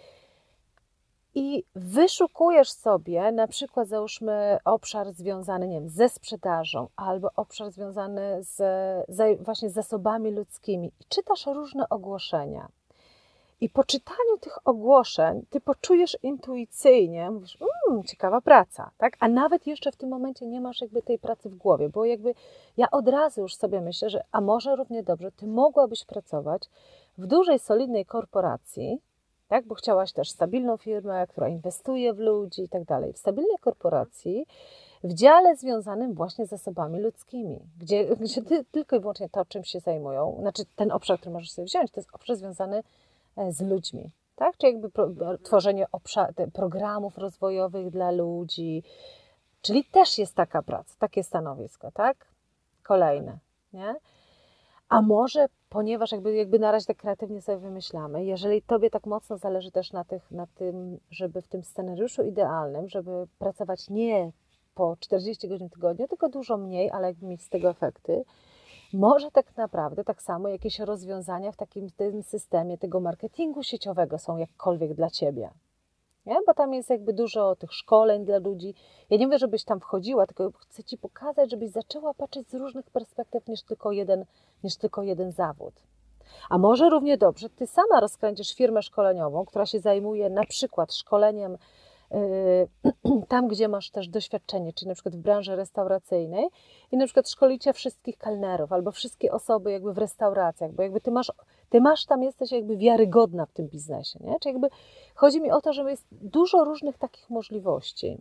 i wyszukujesz sobie na przykład, załóżmy, obszar związany, nie wiem, ze sprzedażą albo obszar związany z, z właśnie z zasobami ludzkimi i czytasz różne ogłoszenia. I po czytaniu tych ogłoszeń ty poczujesz intuicyjnie, mówisz, mmm, ciekawa praca, tak? A nawet jeszcze w tym momencie nie masz jakby tej pracy w głowie, bo jakby ja od razu już sobie myślę, że a może równie dobrze ty mogłabyś pracować w dużej, solidnej korporacji, tak? Bo chciałaś też stabilną firmę, która inwestuje w ludzi i tak dalej. W stabilnej korporacji, w dziale związanym właśnie z zasobami ludzkimi, gdzie, gdzie ty, tylko i wyłącznie to, czym się zajmują, znaczy ten obszar, który możesz sobie wziąć, to jest obszar związany z ludźmi, tak? Czyli jakby pro, tworzenie obszar, programów rozwojowych dla ludzi, czyli też jest taka praca, takie stanowisko, tak? Kolejne, nie? A może, ponieważ jakby, jakby na razie tak kreatywnie sobie wymyślamy, jeżeli Tobie tak mocno zależy też na, tych, na tym, żeby w tym scenariuszu idealnym, żeby pracować nie po czterdzieści godzin w tygodniu, tylko dużo mniej, ale jakby mieć z tego efekty, może tak naprawdę tak samo jakieś rozwiązania w takim tym systemie tego marketingu sieciowego są jakkolwiek dla Ciebie. Nie? Bo tam jest jakby dużo tych szkoleń dla ludzi. Ja nie mówię, żebyś tam wchodziła, tylko chcę Ci pokazać, żebyś zaczęła patrzeć z różnych perspektyw niż tylko jeden, niż tylko jeden zawód. A może równie dobrze Ty sama rozkręcisz firmę szkoleniową, która się zajmuje na przykład szkoleniem yy, tam, gdzie masz też doświadczenie, czyli na przykład w branży restauracyjnej i na przykład szkolicie wszystkich kelnerów albo wszystkie osoby jakby w restauracjach, bo jakby Ty masz, ty masz tam, jesteś jakby wiarygodna w tym biznesie, nie? Czyli jakby chodzi mi o to, że jest dużo różnych takich możliwości.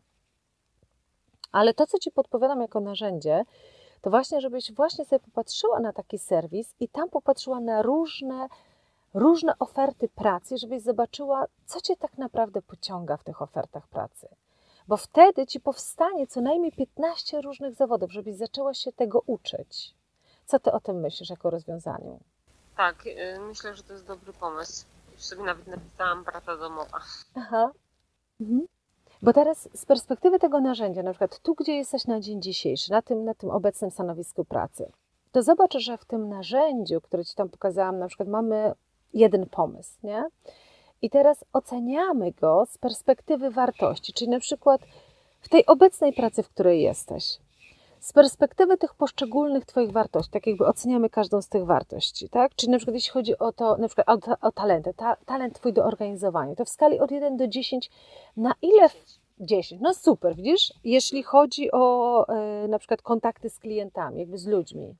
Ale to, co Ci podpowiadam jako narzędzie, to właśnie, żebyś właśnie sobie popatrzyła na taki serwis i tam popatrzyła na różne, różne oferty pracy, żebyś zobaczyła, co Cię tak naprawdę pociąga w tych ofertach pracy. Bo wtedy Ci powstanie co najmniej piętnaście różnych zawodów, żebyś zaczęła się tego uczyć. Co Ty o tym myślisz jako rozwiązaniu? Tak, myślę, że to jest dobry pomysł. Już sobie nawet napisałam praca domowa. Aha. Mhm. Bo teraz z perspektywy tego narzędzia, na przykład tu, gdzie jesteś na dzień dzisiejszy, na tym, na tym obecnym stanowisku pracy, to zobacz, że w tym narzędziu, które Ci tam pokazałam, na przykład mamy jeden pomysł, nie? I teraz oceniamy go z perspektywy wartości, czyli na przykład w tej obecnej pracy, w której jesteś. Z perspektywy tych poszczególnych Twoich wartości, tak jakby oceniamy każdą z tych wartości, tak? Czyli na przykład jeśli chodzi o to, na przykład o, ta, o talenty, ta, talent Twój do organizowania, to w skali od jeden do dziesięciu, na ile dziesięć? No super, widzisz? Jeśli chodzi o e, na przykład kontakty z klientami, jakby z ludźmi.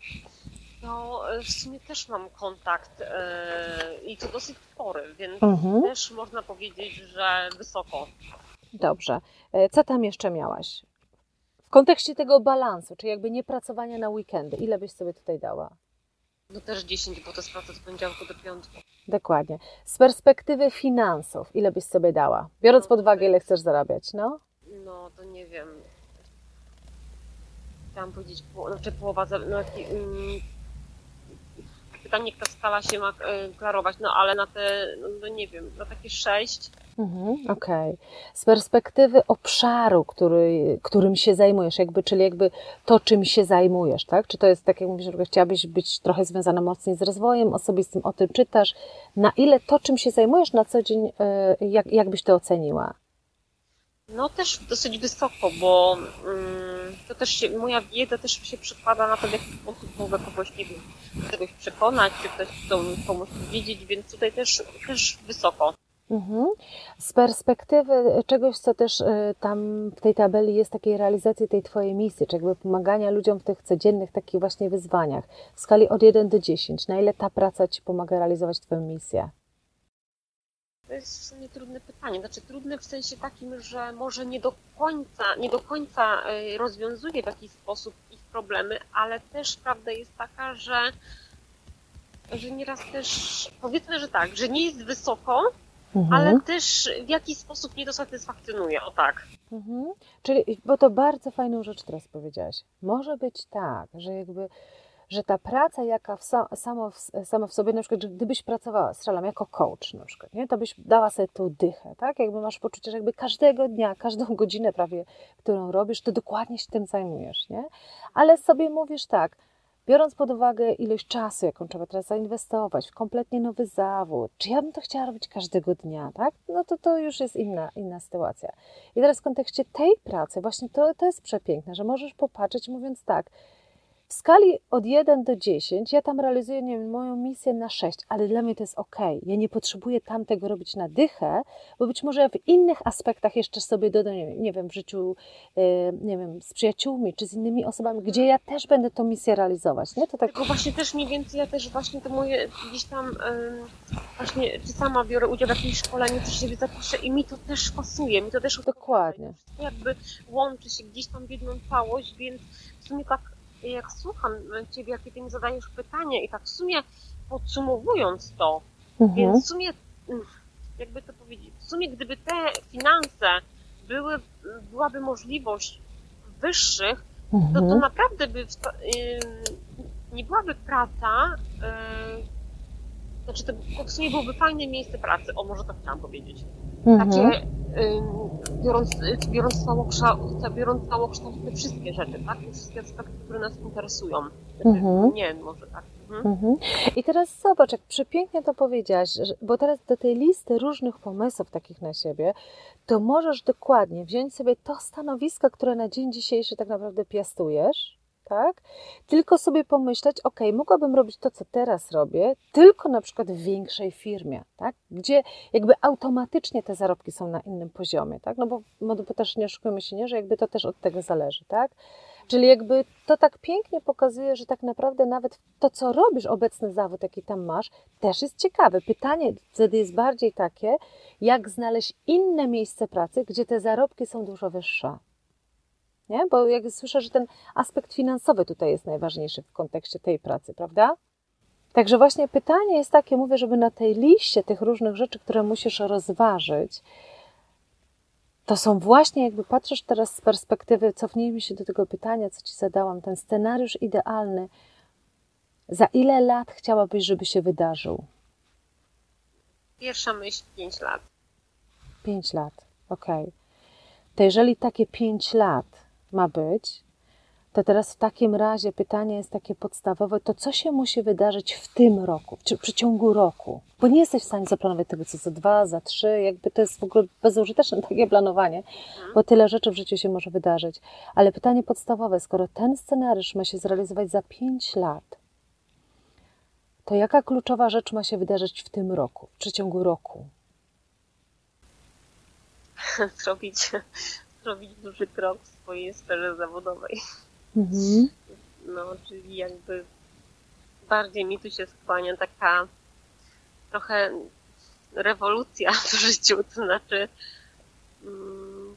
No, w sumie też mam kontakt yy, i to dosyć spory, więc Mhm. też można powiedzieć, że wysoko. Dobrze. E, co tam jeszcze miałaś? W kontekście tego balansu, czyli jakby nie pracowania na weekendy, ile byś sobie tutaj dała? No też dziesięć, bo to jest praca od poniedziałku do piątku. Dokładnie. Z perspektywy finansów, ile byś sobie dała? Biorąc pod uwagę, ile chcesz zarabiać, no? No to nie wiem. Chciałam powiedzieć, po, znaczy połowa, za- no, jaki, mm, pytanie, jak ta skala się ma y, klarować, no ale na te, no, no nie wiem, na takie sześć. Mhm, okej. Z perspektywy obszaru, który, którym się zajmujesz, jakby, czyli jakby to, czym się zajmujesz, tak? Czy to jest tak, jak mówisz, że chciałabyś być trochę związana mocniej z rozwojem osobistym, o tym czytasz, na ile to, czym się zajmujesz na co dzień, y, jak, jak byś to oceniła? No też dosyć wysoko, bo mm, to też się, moja wiedza też się przekłada na to, w jaki sposób mogę kogoś, nie wiem, do czegoś przekonać, czy ktoś chce komuś powiedzieć, więc tutaj też, też wysoko. Mhm. Z perspektywy czegoś, co też y, tam w tej tabeli jest, takiej realizacji tej Twojej misji, czy jakby pomagania ludziom w tych codziennych takich właśnie wyzwaniach, w skali od jeden do dziesięciu, na ile ta praca Ci pomaga realizować Twoją misję? To jest w sumie trudne pytanie. Znaczy trudne w sensie takim, że może nie do końca, nie do końca y, rozwiązuje w jakiś sposób ich problemy, ale też prawda jest taka, że, że nieraz też, powiedzmy, że tak, że nie jest wysoko, Mhm. ale też w jakiś sposób nie dosatysfakcjonuje, o tak. Mhm. Czyli, bo to bardzo fajną rzecz teraz powiedziałaś. Może być tak, że jakby, że ta praca jaka w sa, samo, w, sama w sobie, na przykład, że gdybyś pracowała, strzelam, jako coach na przykład, nie, to byś dała sobie tu dychę, tak? Jakby masz poczucie, że jakby każdego dnia, każdą godzinę prawie, którą robisz, to dokładnie się tym zajmujesz, nie? Ale sobie mówisz tak, biorąc pod uwagę ilość czasu, jaką trzeba teraz zainwestować w kompletnie nowy zawód, czy ja bym to chciała robić każdego dnia, tak? No to to już jest inna, inna sytuacja. I teraz w kontekście tej pracy właśnie to, to jest przepiękne, że możesz popatrzeć mówiąc tak, w skali od jeden do dziesięciu ja tam realizuję, nie wiem, moją misję na sześć, ale dla mnie to jest okej. Ja nie potrzebuję tam tego robić na dychę, bo być może w innych aspektach jeszcze sobie dodam, nie wiem, nie wiem w życiu, yy, nie wiem, z przyjaciółmi czy z innymi osobami, gdzie ja też będę tą misję realizować, nie? To tak... Tylko właśnie też mniej więcej ja też właśnie to moje gdzieś tam ym, właśnie czy sama biorę udział w jakimś szkoleniu, czy się zapiszę i mi to też pasuje, mi to też Dokładnie. to jakby łączy się gdzieś tam w jedną całość, więc w sumie tak jak słucham Ciebie, jakie Ty mi zadajesz pytania i tak w sumie podsumowując to, Mhm. więc w sumie, jakby to powiedzieć, w sumie gdyby te finanse były, byłaby możliwość wyższych, Mhm. to to naprawdę by w to, yy, nie byłaby praca, yy, znaczy to, to w sumie byłoby fajne miejsce pracy, o może to chciałam powiedzieć. Mhm. Takie, yy, biorąc, biorąc całokształt, biorąc całokształt te wszystkie rzeczy, tak? Te wszystkie aspekty, które nas interesują. Znaczy, Mhm. nie, może tak. Mhm. Mhm. I teraz zobacz, jak przepięknie to powiedziałaś, że, bo teraz do tej listy różnych pomysłów takich na siebie, to możesz dokładnie wziąć sobie to stanowisko, które na dzień dzisiejszy tak naprawdę piastujesz, tak? Tylko sobie pomyśleć, ok, mogłabym robić to, co teraz robię, tylko na przykład w większej firmie, tak? Gdzie jakby automatycznie te zarobki są na innym poziomie, tak? No bo, bo też nie oszukujmy się, nie? Że jakby to też od tego zależy, tak? Czyli jakby to tak pięknie pokazuje, że tak naprawdę nawet to, co robisz, obecny zawód, jaki tam masz, też jest ciekawe. Pytanie wtedy jest bardziej takie, jak znaleźć inne miejsce pracy, gdzie te zarobki są dużo wyższe. Nie? Bo jak słyszę, że ten aspekt finansowy tutaj jest najważniejszy w kontekście tej pracy, prawda? Także właśnie pytanie jest takie, mówię, żeby na tej liście tych różnych rzeczy, które musisz rozważyć, to są właśnie, jakby patrzysz teraz z perspektywy, cofnijmy się do tego pytania, co Ci zadałam, ten scenariusz idealny, za ile lat chciałabyś, żeby się wydarzył? Pierwsza myśl, pięć lat. Pięć lat, okej. To jeżeli takie pięć lat ma być, To teraz w takim razie pytanie jest takie podstawowe, to co się musi wydarzyć w tym roku, czy w przeciągu roku? Bo nie jesteś w stanie zaplanować tego, co za dwa, za trzy, jakby to jest w ogóle bezużyteczne takie planowanie, bo tyle rzeczy w życiu się może wydarzyć. Ale pytanie podstawowe, skoro ten scenariusz ma się zrealizować za pięć lat, to jaka kluczowa rzecz ma się wydarzyć w tym roku, w przeciągu roku? Zrobić, zrobić duży krok w swojej sferze zawodowej. Mhm. No, czyli jakby bardziej mi tu się skłania taka trochę rewolucja w życiu, to znaczy mm,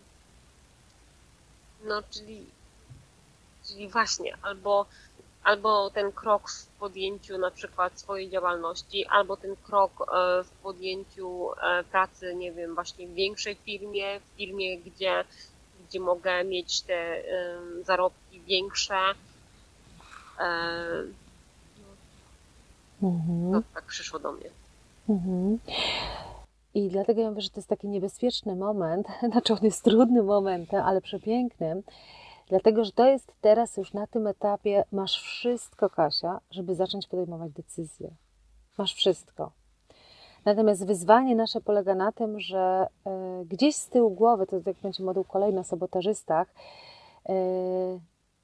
no, czyli, czyli właśnie albo, albo ten krok w podjęciu na przykład swojej działalności, albo ten krok w podjęciu pracy, nie wiem, właśnie w większej firmie, w firmie, gdzie, gdzie mogę mieć te zarobki większe. Mhm. To tak przyszło do mnie. Mhm. I dlatego ja mówię, że to jest taki niebezpieczny moment, znaczy on jest trudnym momentem, ale przepięknym, dlatego, że to jest teraz już na tym etapie, masz wszystko, Kasia, żeby zacząć podejmować decyzje. Masz wszystko. Natomiast wyzwanie nasze polega na tym, że y, gdzieś z tyłu głowy, to jak będzie moduł kolejny o sabotażystach, y,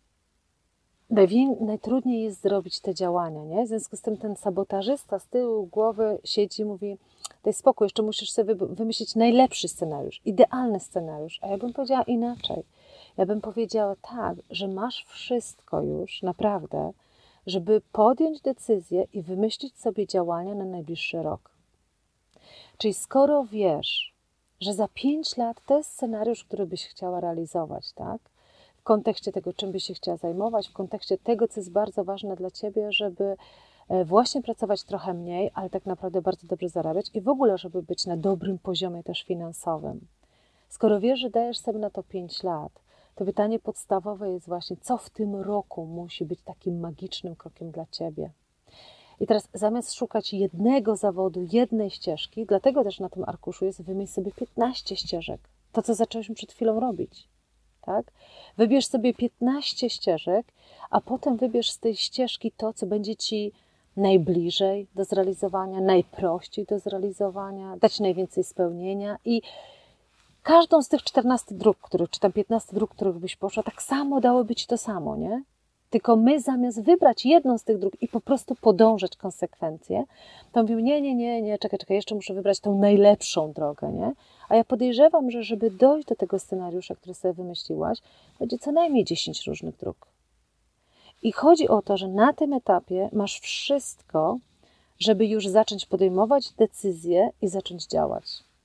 Najwię- najtrudniej jest zrobić te działania, nie? W związku z tym ten sabotażysta z tyłu głowy siedzi i mówi, daj spokój, jeszcze musisz sobie wy- wymyślić najlepszy scenariusz, idealny scenariusz. A ja bym powiedziała inaczej. Ja bym powiedziała tak, że masz wszystko już, naprawdę, żeby podjąć decyzję i wymyślić sobie działania na najbliższy rok. Czyli skoro wiesz, że za pięć lat to jest scenariusz, który byś chciała realizować, tak? W kontekście tego, czym byś się chciała zajmować, w kontekście tego, co jest bardzo ważne dla Ciebie, żeby właśnie pracować trochę mniej, ale tak naprawdę bardzo dobrze zarabiać i w ogóle, żeby być na dobrym poziomie też finansowym. Skoro wiesz, że dajesz sobie na to pięć lat, to pytanie podstawowe jest właśnie, co w tym roku musi być takim magicznym krokiem dla Ciebie. I teraz zamiast szukać jednego zawodu, jednej ścieżki, dlatego też na tym arkuszu jest wymyśl sobie piętnaście ścieżek. To, co zaczęłyśmy przed chwilą robić. Tak? Wybierz sobie piętnaście ścieżek, a potem wybierz z tej ścieżki to, co będzie Ci najbliżej do zrealizowania, najprościej do zrealizowania, dać najwięcej spełnienia i każdą z tych czternastu dróg, których, czy tam piętnastu dróg, których byś poszła, tak samo dałoby Ci to samo, nie? Tylko my zamiast wybrać jedną z tych dróg i po prostu podążać konsekwencje, to mówimy, nie, nie, nie, nie, czekaj, czekaj, jeszcze muszę wybrać tą najlepszą drogę, nie? A ja podejrzewam, że żeby dojść do tego scenariusza, który sobie wymyśliłaś, będzie co najmniej dziesięć różnych dróg. I chodzi o to, że na tym etapie masz wszystko, żeby już zacząć podejmować decyzje i zacząć działać.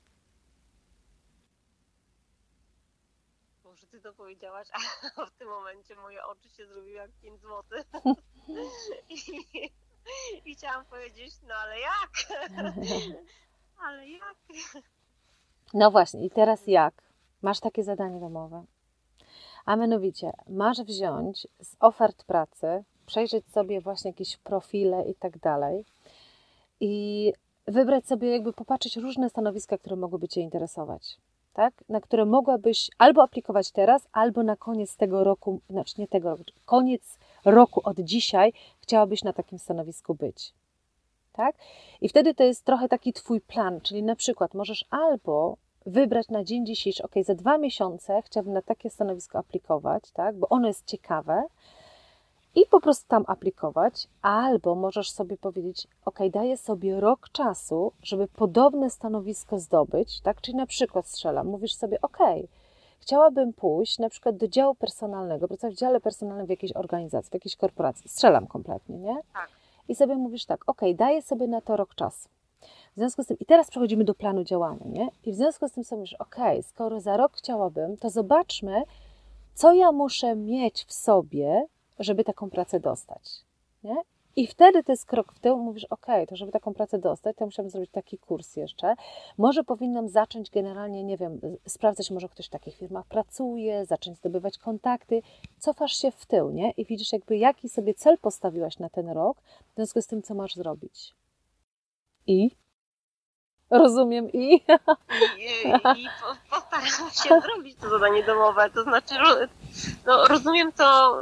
Może Ty to powiedziałaś, a w tym momencie moje oczy się zrobiły jak pięć złotych. I, I chciałam powiedzieć, no ale jak? Ale jak? No właśnie, i teraz jak? Masz takie zadanie domowe. A mianowicie, masz wziąć z ofert pracy, przejrzeć sobie właśnie jakieś profile i tak dalej i wybrać sobie, jakby popatrzeć różne stanowiska, które mogłyby Cię interesować, tak? Na które mogłabyś albo aplikować teraz, albo na koniec tego roku, znaczy nie tego roku, koniec roku od dzisiaj chciałabyś na takim stanowisku być. Tak? I wtedy to jest trochę taki Twój plan, czyli na przykład możesz albo wybrać na dzień dzisiejszy, ok, za dwa miesiące chciałabym na takie stanowisko aplikować, tak? Bo ono jest ciekawe i po prostu tam aplikować, albo możesz sobie powiedzieć, ok, daję sobie rok czasu, żeby podobne stanowisko zdobyć, tak? Czyli na przykład strzelam, mówisz sobie, ok, chciałabym pójść na przykład do działu personalnego, pracować w dziale personalnym w jakiejś organizacji, w jakiejś korporacji, strzelam kompletnie, nie? Tak. I sobie mówisz tak, ok, daję sobie na to rok czasu. W związku z tym, i teraz przechodzimy do planu działania, nie? I w związku z tym sobie mówisz, ok, skoro za rok chciałabym, to zobaczmy, co ja muszę mieć w sobie, żeby taką pracę dostać, nie? I wtedy to jest krok w tył, mówisz, ok, to żeby taką pracę dostać, to musiałam zrobić taki kurs jeszcze. Może powinnam zacząć generalnie, nie wiem, sprawdzać, może ktoś w takich firmach pracuje, zacząć zdobywać kontakty. Cofasz się w tył, nie? I widzisz jakby, jaki sobie cel postawiłaś na ten rok, w związku z tym, co masz zrobić. I? Rozumiem i? I, i, i postaram się zrobić to zadanie domowe, to znaczy No rozumiem to,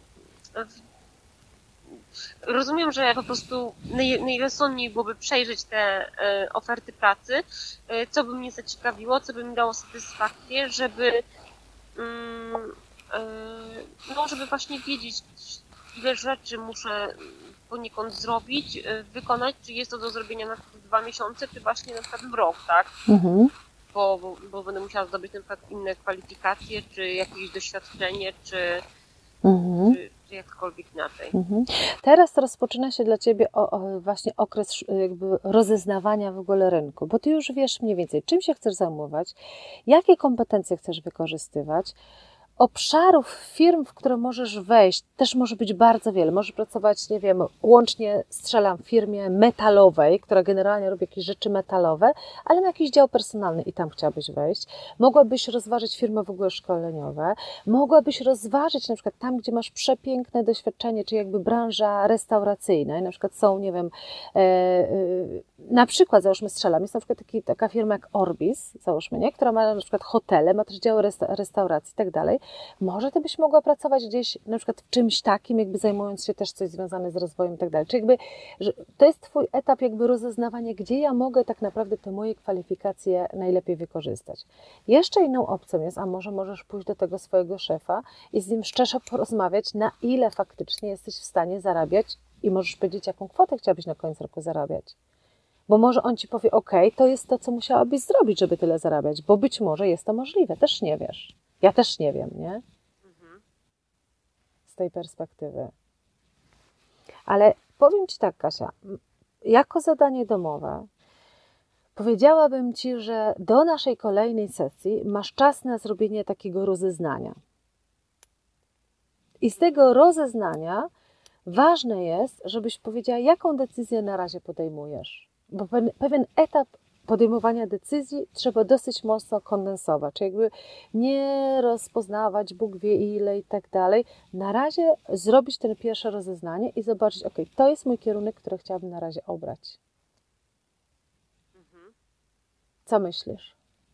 rozumiem, że po prostu naj, najrozsądniej byłoby przejrzeć te oferty pracy, co by mnie zaciekawiło, co by mi dało satysfakcję, żeby no, żeby właśnie wiedzieć, ile rzeczy muszę poniekąd zrobić, wykonać, czy jest to do zrobienia na przykład dwa miesiące, czy właśnie na przykład w rok, tak? Mhm. Bo, bo, bo będę musiała zdobyć na przykład inne kwalifikacje, czy jakieś doświadczenie, czy, mhm. czy, czy jakkolwiek inaczej. Mhm. Teraz rozpoczyna się dla Ciebie o, o właśnie okres jakby rozeznawania w ogóle rynku, bo Ty już wiesz mniej więcej, czym się chcesz zajmować, jakie kompetencje chcesz wykorzystywać. Obszarów firm, w które możesz wejść, też może być bardzo wiele. Możesz pracować, nie wiem, łącznie strzelam w firmie metalowej, która generalnie robi jakieś rzeczy metalowe, ale na jakiś dział personalny i tam chciałabyś wejść. Mogłabyś rozważyć firmy w ogóle szkoleniowe. Mogłabyś rozważyć na przykład tam, gdzie masz przepiękne doświadczenie, czy jakby branża restauracyjna. I na przykład są, nie wiem, e, e, na przykład, załóżmy strzelam, jest na przykład taki, taka firma jak Orbis, załóżmy, nie? Która ma na przykład hotele, ma też dział resta- restauracji i tak dalej. Może Ty byś mogła pracować gdzieś na przykład w czymś takim, jakby zajmując się też coś związane z rozwojem i tak dalej. Czy jakby, że to jest Twój etap jakby rozeznawania, gdzie ja mogę tak naprawdę te moje kwalifikacje najlepiej wykorzystać. Jeszcze inną opcją jest, a może możesz pójść do tego swojego szefa i z nim szczerze porozmawiać, na ile faktycznie jesteś w stanie zarabiać i możesz powiedzieć, jaką kwotę chciałabyś na koniec roku zarabiać. Bo może on Ci powie, ok, to jest to, co musiałabyś zrobić, żeby tyle zarabiać, bo być może jest to możliwe, też nie wiesz. Ja też nie wiem, nie? Mhm. Z tej perspektywy. Ale powiem Ci tak, Kasia, jako zadanie domowe powiedziałabym Ci, że do naszej kolejnej sesji masz czas na zrobienie takiego rozeznania. I z tego rozeznania ważne jest, żebyś powiedziała, jaką decyzję na razie podejmujesz. Bo pewien, pewien etap podejmowania decyzji trzeba dosyć mocno kondensować, czyli jakby nie rozpoznawać, Bóg wie ile i tak dalej. Na razie zrobić ten pierwsze rozeznanie i zobaczyć, ok, to jest mój kierunek, który chciałabym na razie obrać. Mhm. Co myślisz?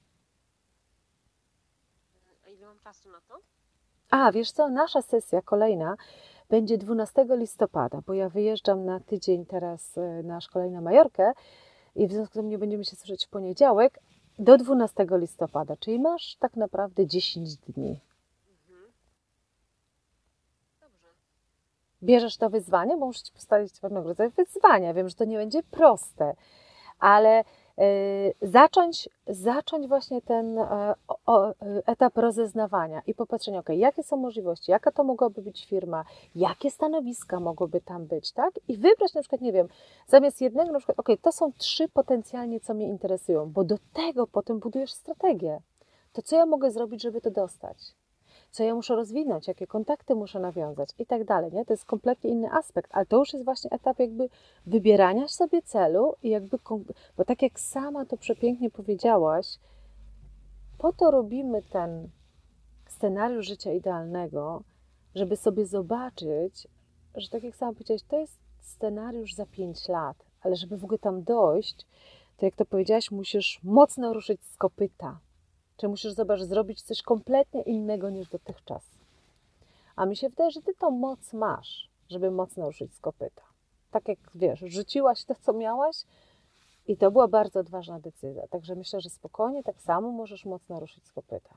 A ile mam czasu na to? A, wiesz co, nasza sesja kolejna będzie dwunastego listopada, bo ja wyjeżdżam na tydzień teraz na szkolenie na Majorkę, i w związku z tym nie będziemy się słyszeć w poniedziałek do dwunastego listopada, czyli masz tak naprawdę dziesięć dni. Mhm. Dobrze. Bierzesz to wyzwanie, bo muszę Ci postawić pewnego rodzaju wyzwania. Wiem, że to nie będzie proste, ale y, zacząć, zacząć właśnie ten y, o, y, etap rozeznawania i popatrzenia, ok, jakie są możliwości, jaka to mogłaby być firma, jakie stanowiska mogłyby tam być, tak? I wybrać na przykład, nie wiem, zamiast jednego na przykład, ok, to są trzy potencjalnie, co mnie interesują, bo do tego potem budujesz strategię. To co ja mogę zrobić, żeby to dostać? Co ja muszę rozwinąć, jakie kontakty muszę nawiązać i tak dalej, nie? To jest kompletnie inny aspekt, ale to już jest właśnie etap jakby wybierania sobie celu i jakby, bo tak jak sama to przepięknie powiedziałaś, po to robimy ten scenariusz życia idealnego, żeby sobie zobaczyć, że tak jak sama powiedziałaś, to jest scenariusz za pięć lat, ale żeby w ogóle tam dojść, to jak to powiedziałaś, musisz mocno ruszyć z kopyta. Czy musisz, zobacz, zrobić coś kompletnie innego niż dotychczas. A mi się wydaje, że Ty tą moc masz, żeby mocno ruszyć z kopyta. Tak jak, wiesz, rzuciłaś to, co miałaś i to była bardzo odważna decyzja. Także myślę, że spokojnie tak samo możesz mocno ruszyć z kopyta.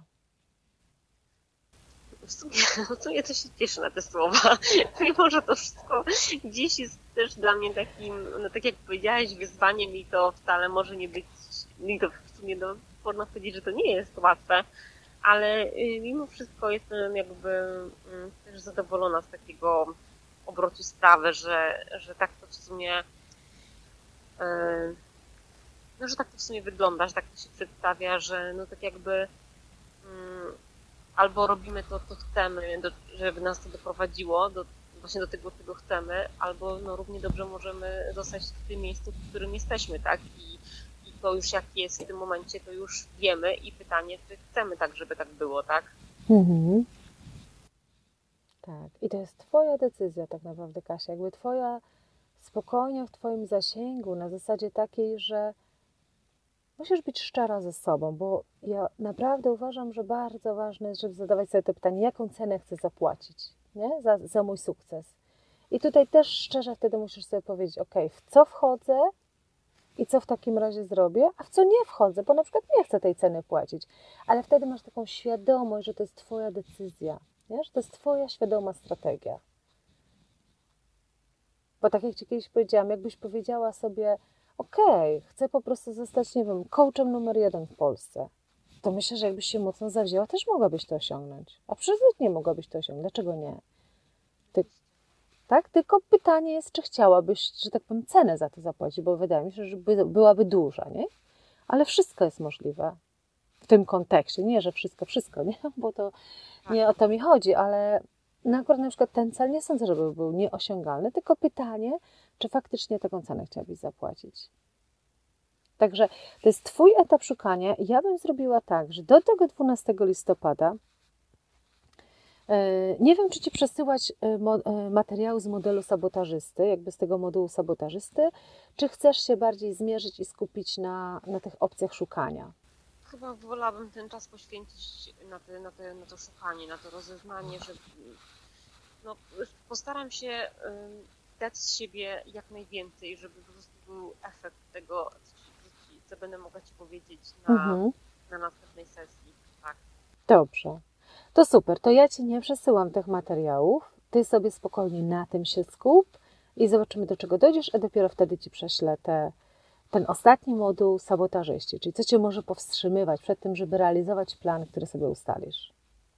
W sumie, w sumie to się cieszę na te słowa. Mimo, że to wszystko gdzieś jest też dla mnie takim, no tak jak powiedziałaś, wyzwaniem i to wcale może nie być, i to w sumie no, można powiedzieć, że to nie jest łatwe, ale mimo wszystko jestem jakby też zadowolona z takiego obrotu sprawy, że, że tak to w sumie no, że tak to w sumie wygląda, że tak to się przedstawia, że no tak jakby albo robimy to, co chcemy, do, żeby nas to doprowadziło, do, właśnie do tego, czego chcemy, albo no, równie dobrze możemy zostać w tym miejscu, w którym jesteśmy, tak? I, i to już jak jest w tym momencie, to już wiemy i pytanie, czy chcemy tak, żeby tak było, tak? Mhm. Tak. I to jest Twoja decyzja tak naprawdę, Kasia. Jakby Twoja spokojnie w Twoim zasięgu, na zasadzie takiej, że musisz być szczera ze sobą, bo ja naprawdę uważam, że bardzo ważne jest, żeby zadawać sobie to pytanie, jaką cenę chcę zapłacić, nie? Za, za mój sukces. I tutaj też szczerze wtedy musisz sobie powiedzieć, ok, w co wchodzę i co w takim razie zrobię, a w co nie wchodzę, bo na przykład nie chcę tej ceny płacić. Ale wtedy masz taką świadomość, że to jest twoja decyzja, nie? Że to jest twoja świadoma strategia. Bo tak jak Ci kiedyś powiedziałam, jakbyś powiedziała sobie, okej, okay, chcę po prostu zostać, nie wiem, coachem numer jeden w Polsce, to myślę, że jakbyś się mocno zawzięła, też mogłabyś to osiągnąć. A absolutnie mogłabyś to osiągnąć. Dlaczego nie? Ty, tak? Tylko pytanie jest, czy chciałabyś, że tak powiem, cenę za to zapłacić, bo wydaje mi się, że by, byłaby duża, nie? Ale wszystko jest możliwe w tym kontekście. Nie, że wszystko, wszystko, nie? Bo to nie o to mi chodzi, ale na akurat na przykład ten cel nie sądzę, żeby był nieosiągalny, tylko pytanie, czy faktycznie taką cenę chciałabyś zapłacić. Także to jest Twój etap szukania. Ja bym zrobiła tak, że do tego dwunastego listopada nie wiem, czy Ci przesyłać materiały z modelu sabotażysty, jakby z tego modułu sabotażysty, czy chcesz się bardziej zmierzyć i skupić na, na tych opcjach szukania? Chyba wolałabym ten czas poświęcić na, te, na, te, na to szukanie, na to rozeznanie, że no, postaram się dać z siebie jak najwięcej, żeby po prostu był efekt tego, co, ci, co będę mogła Ci powiedzieć na, mhm. na następnej sesji. Tak. Dobrze. To super. To ja Ci nie przesyłam tych materiałów. Ty sobie spokojnie na tym się skup i zobaczymy, do czego dojdziesz, a dopiero wtedy Ci prześlę te, ten ostatni moduł sabotażyści, czyli co Cię może powstrzymywać przed tym, żeby realizować plan, który sobie ustalisz.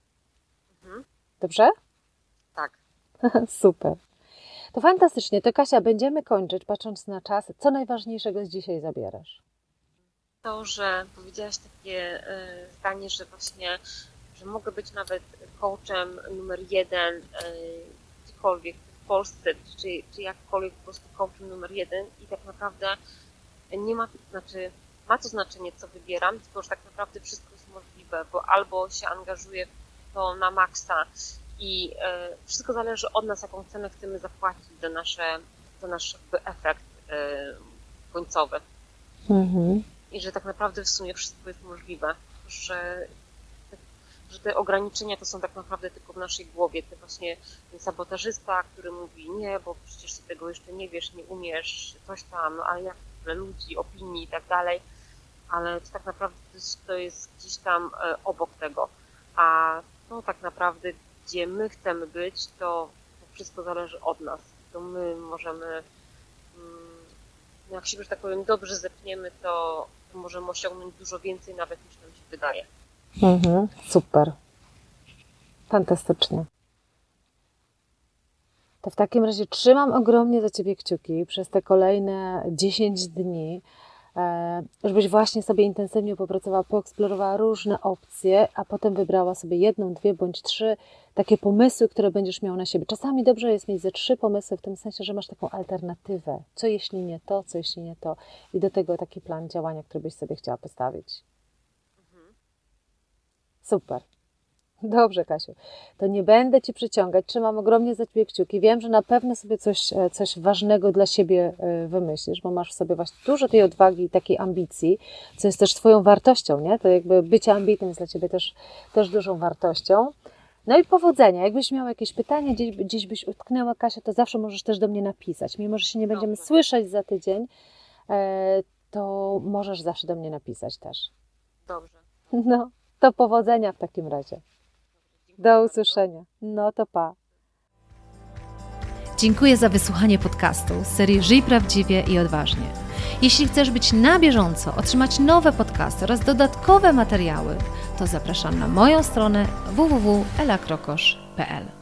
Mhm. Dobrze? Tak. Super. To fantastycznie. To Kasia, będziemy kończyć, patrząc na czas. Co najważniejszego z dzisiaj zabierasz? To, że powiedziałaś takie y, zdanie, że właśnie, że mogę być nawet coachem numer jeden y, gdziekolwiek w Polsce, czy, czy jakkolwiek po prostu coachem numer jeden i tak naprawdę nie ma, znaczy ma to znaczenie, co wybieram, tylko że tak naprawdę wszystko jest możliwe, bo albo się angażuję w to na maksa i e, wszystko zależy od nas, jaką cenę chcemy zapłacić za, nasze, za nasz jakby efekt e, końcowy. Mhm. I że tak naprawdę w sumie wszystko jest możliwe, że, że te ograniczenia to są tak naprawdę tylko w naszej głowie. To właśnie ten sabotażysta, który mówi nie, bo przecież ty tego jeszcze nie wiesz, nie umiesz, coś tam, no ale jak ludzi, opinii i tak dalej, ale to tak naprawdę to jest, to jest gdzieś tam e, obok tego, a no tak naprawdę gdzie my chcemy być, to, to wszystko zależy od nas. To my możemy, mm, jak się już tak powiem, dobrze zepniemy, to, to możemy osiągnąć dużo więcej nawet niż nam się wydaje. Mhm, super. Fantastycznie. To w takim razie trzymam ogromnie za Ciebie kciuki przez te kolejne dziesięć dni, żebyś właśnie sobie intensywnie popracowała, poeksplorowała różne opcje, a potem wybrała sobie jedną, dwie bądź trzy takie pomysły, które będziesz miał na siebie. Czasami dobrze jest mieć ze trzy pomysły w tym sensie, że masz taką alternatywę. Co jeśli nie to, co jeśli nie to. I do tego taki plan działania, który byś sobie chciała postawić. Mhm. Super. Dobrze, Kasiu. To nie będę Ci przyciągać. Trzymam ogromnie za Ciebie kciuki. Wiem, że na pewno sobie coś, coś ważnego dla siebie wymyślisz, bo masz w sobie właśnie dużo tej odwagi i takiej ambicji, co jest też Twoją wartością, nie? To jakby bycie ambitnym jest dla Ciebie też, też dużą wartością. No i powodzenia. Jakbyś miała jakieś pytanie, gdzieś, gdzieś byś utknęła, Kasia, to zawsze możesz też do mnie napisać. Mimo, że się nie będziemy Dobrze. słyszeć za tydzień, to możesz zawsze do mnie napisać też. Dobrze. No, to powodzenia w takim razie. Do usłyszenia. No to pa. Dziękuję za wysłuchanie podcastu z serii Żyj Prawdziwie i Odważnie. Jeśli chcesz być na bieżąco, otrzymać nowe podcasty oraz dodatkowe materiały, to zapraszam na moją stronę w w w kropka ela krokosz kropka p l.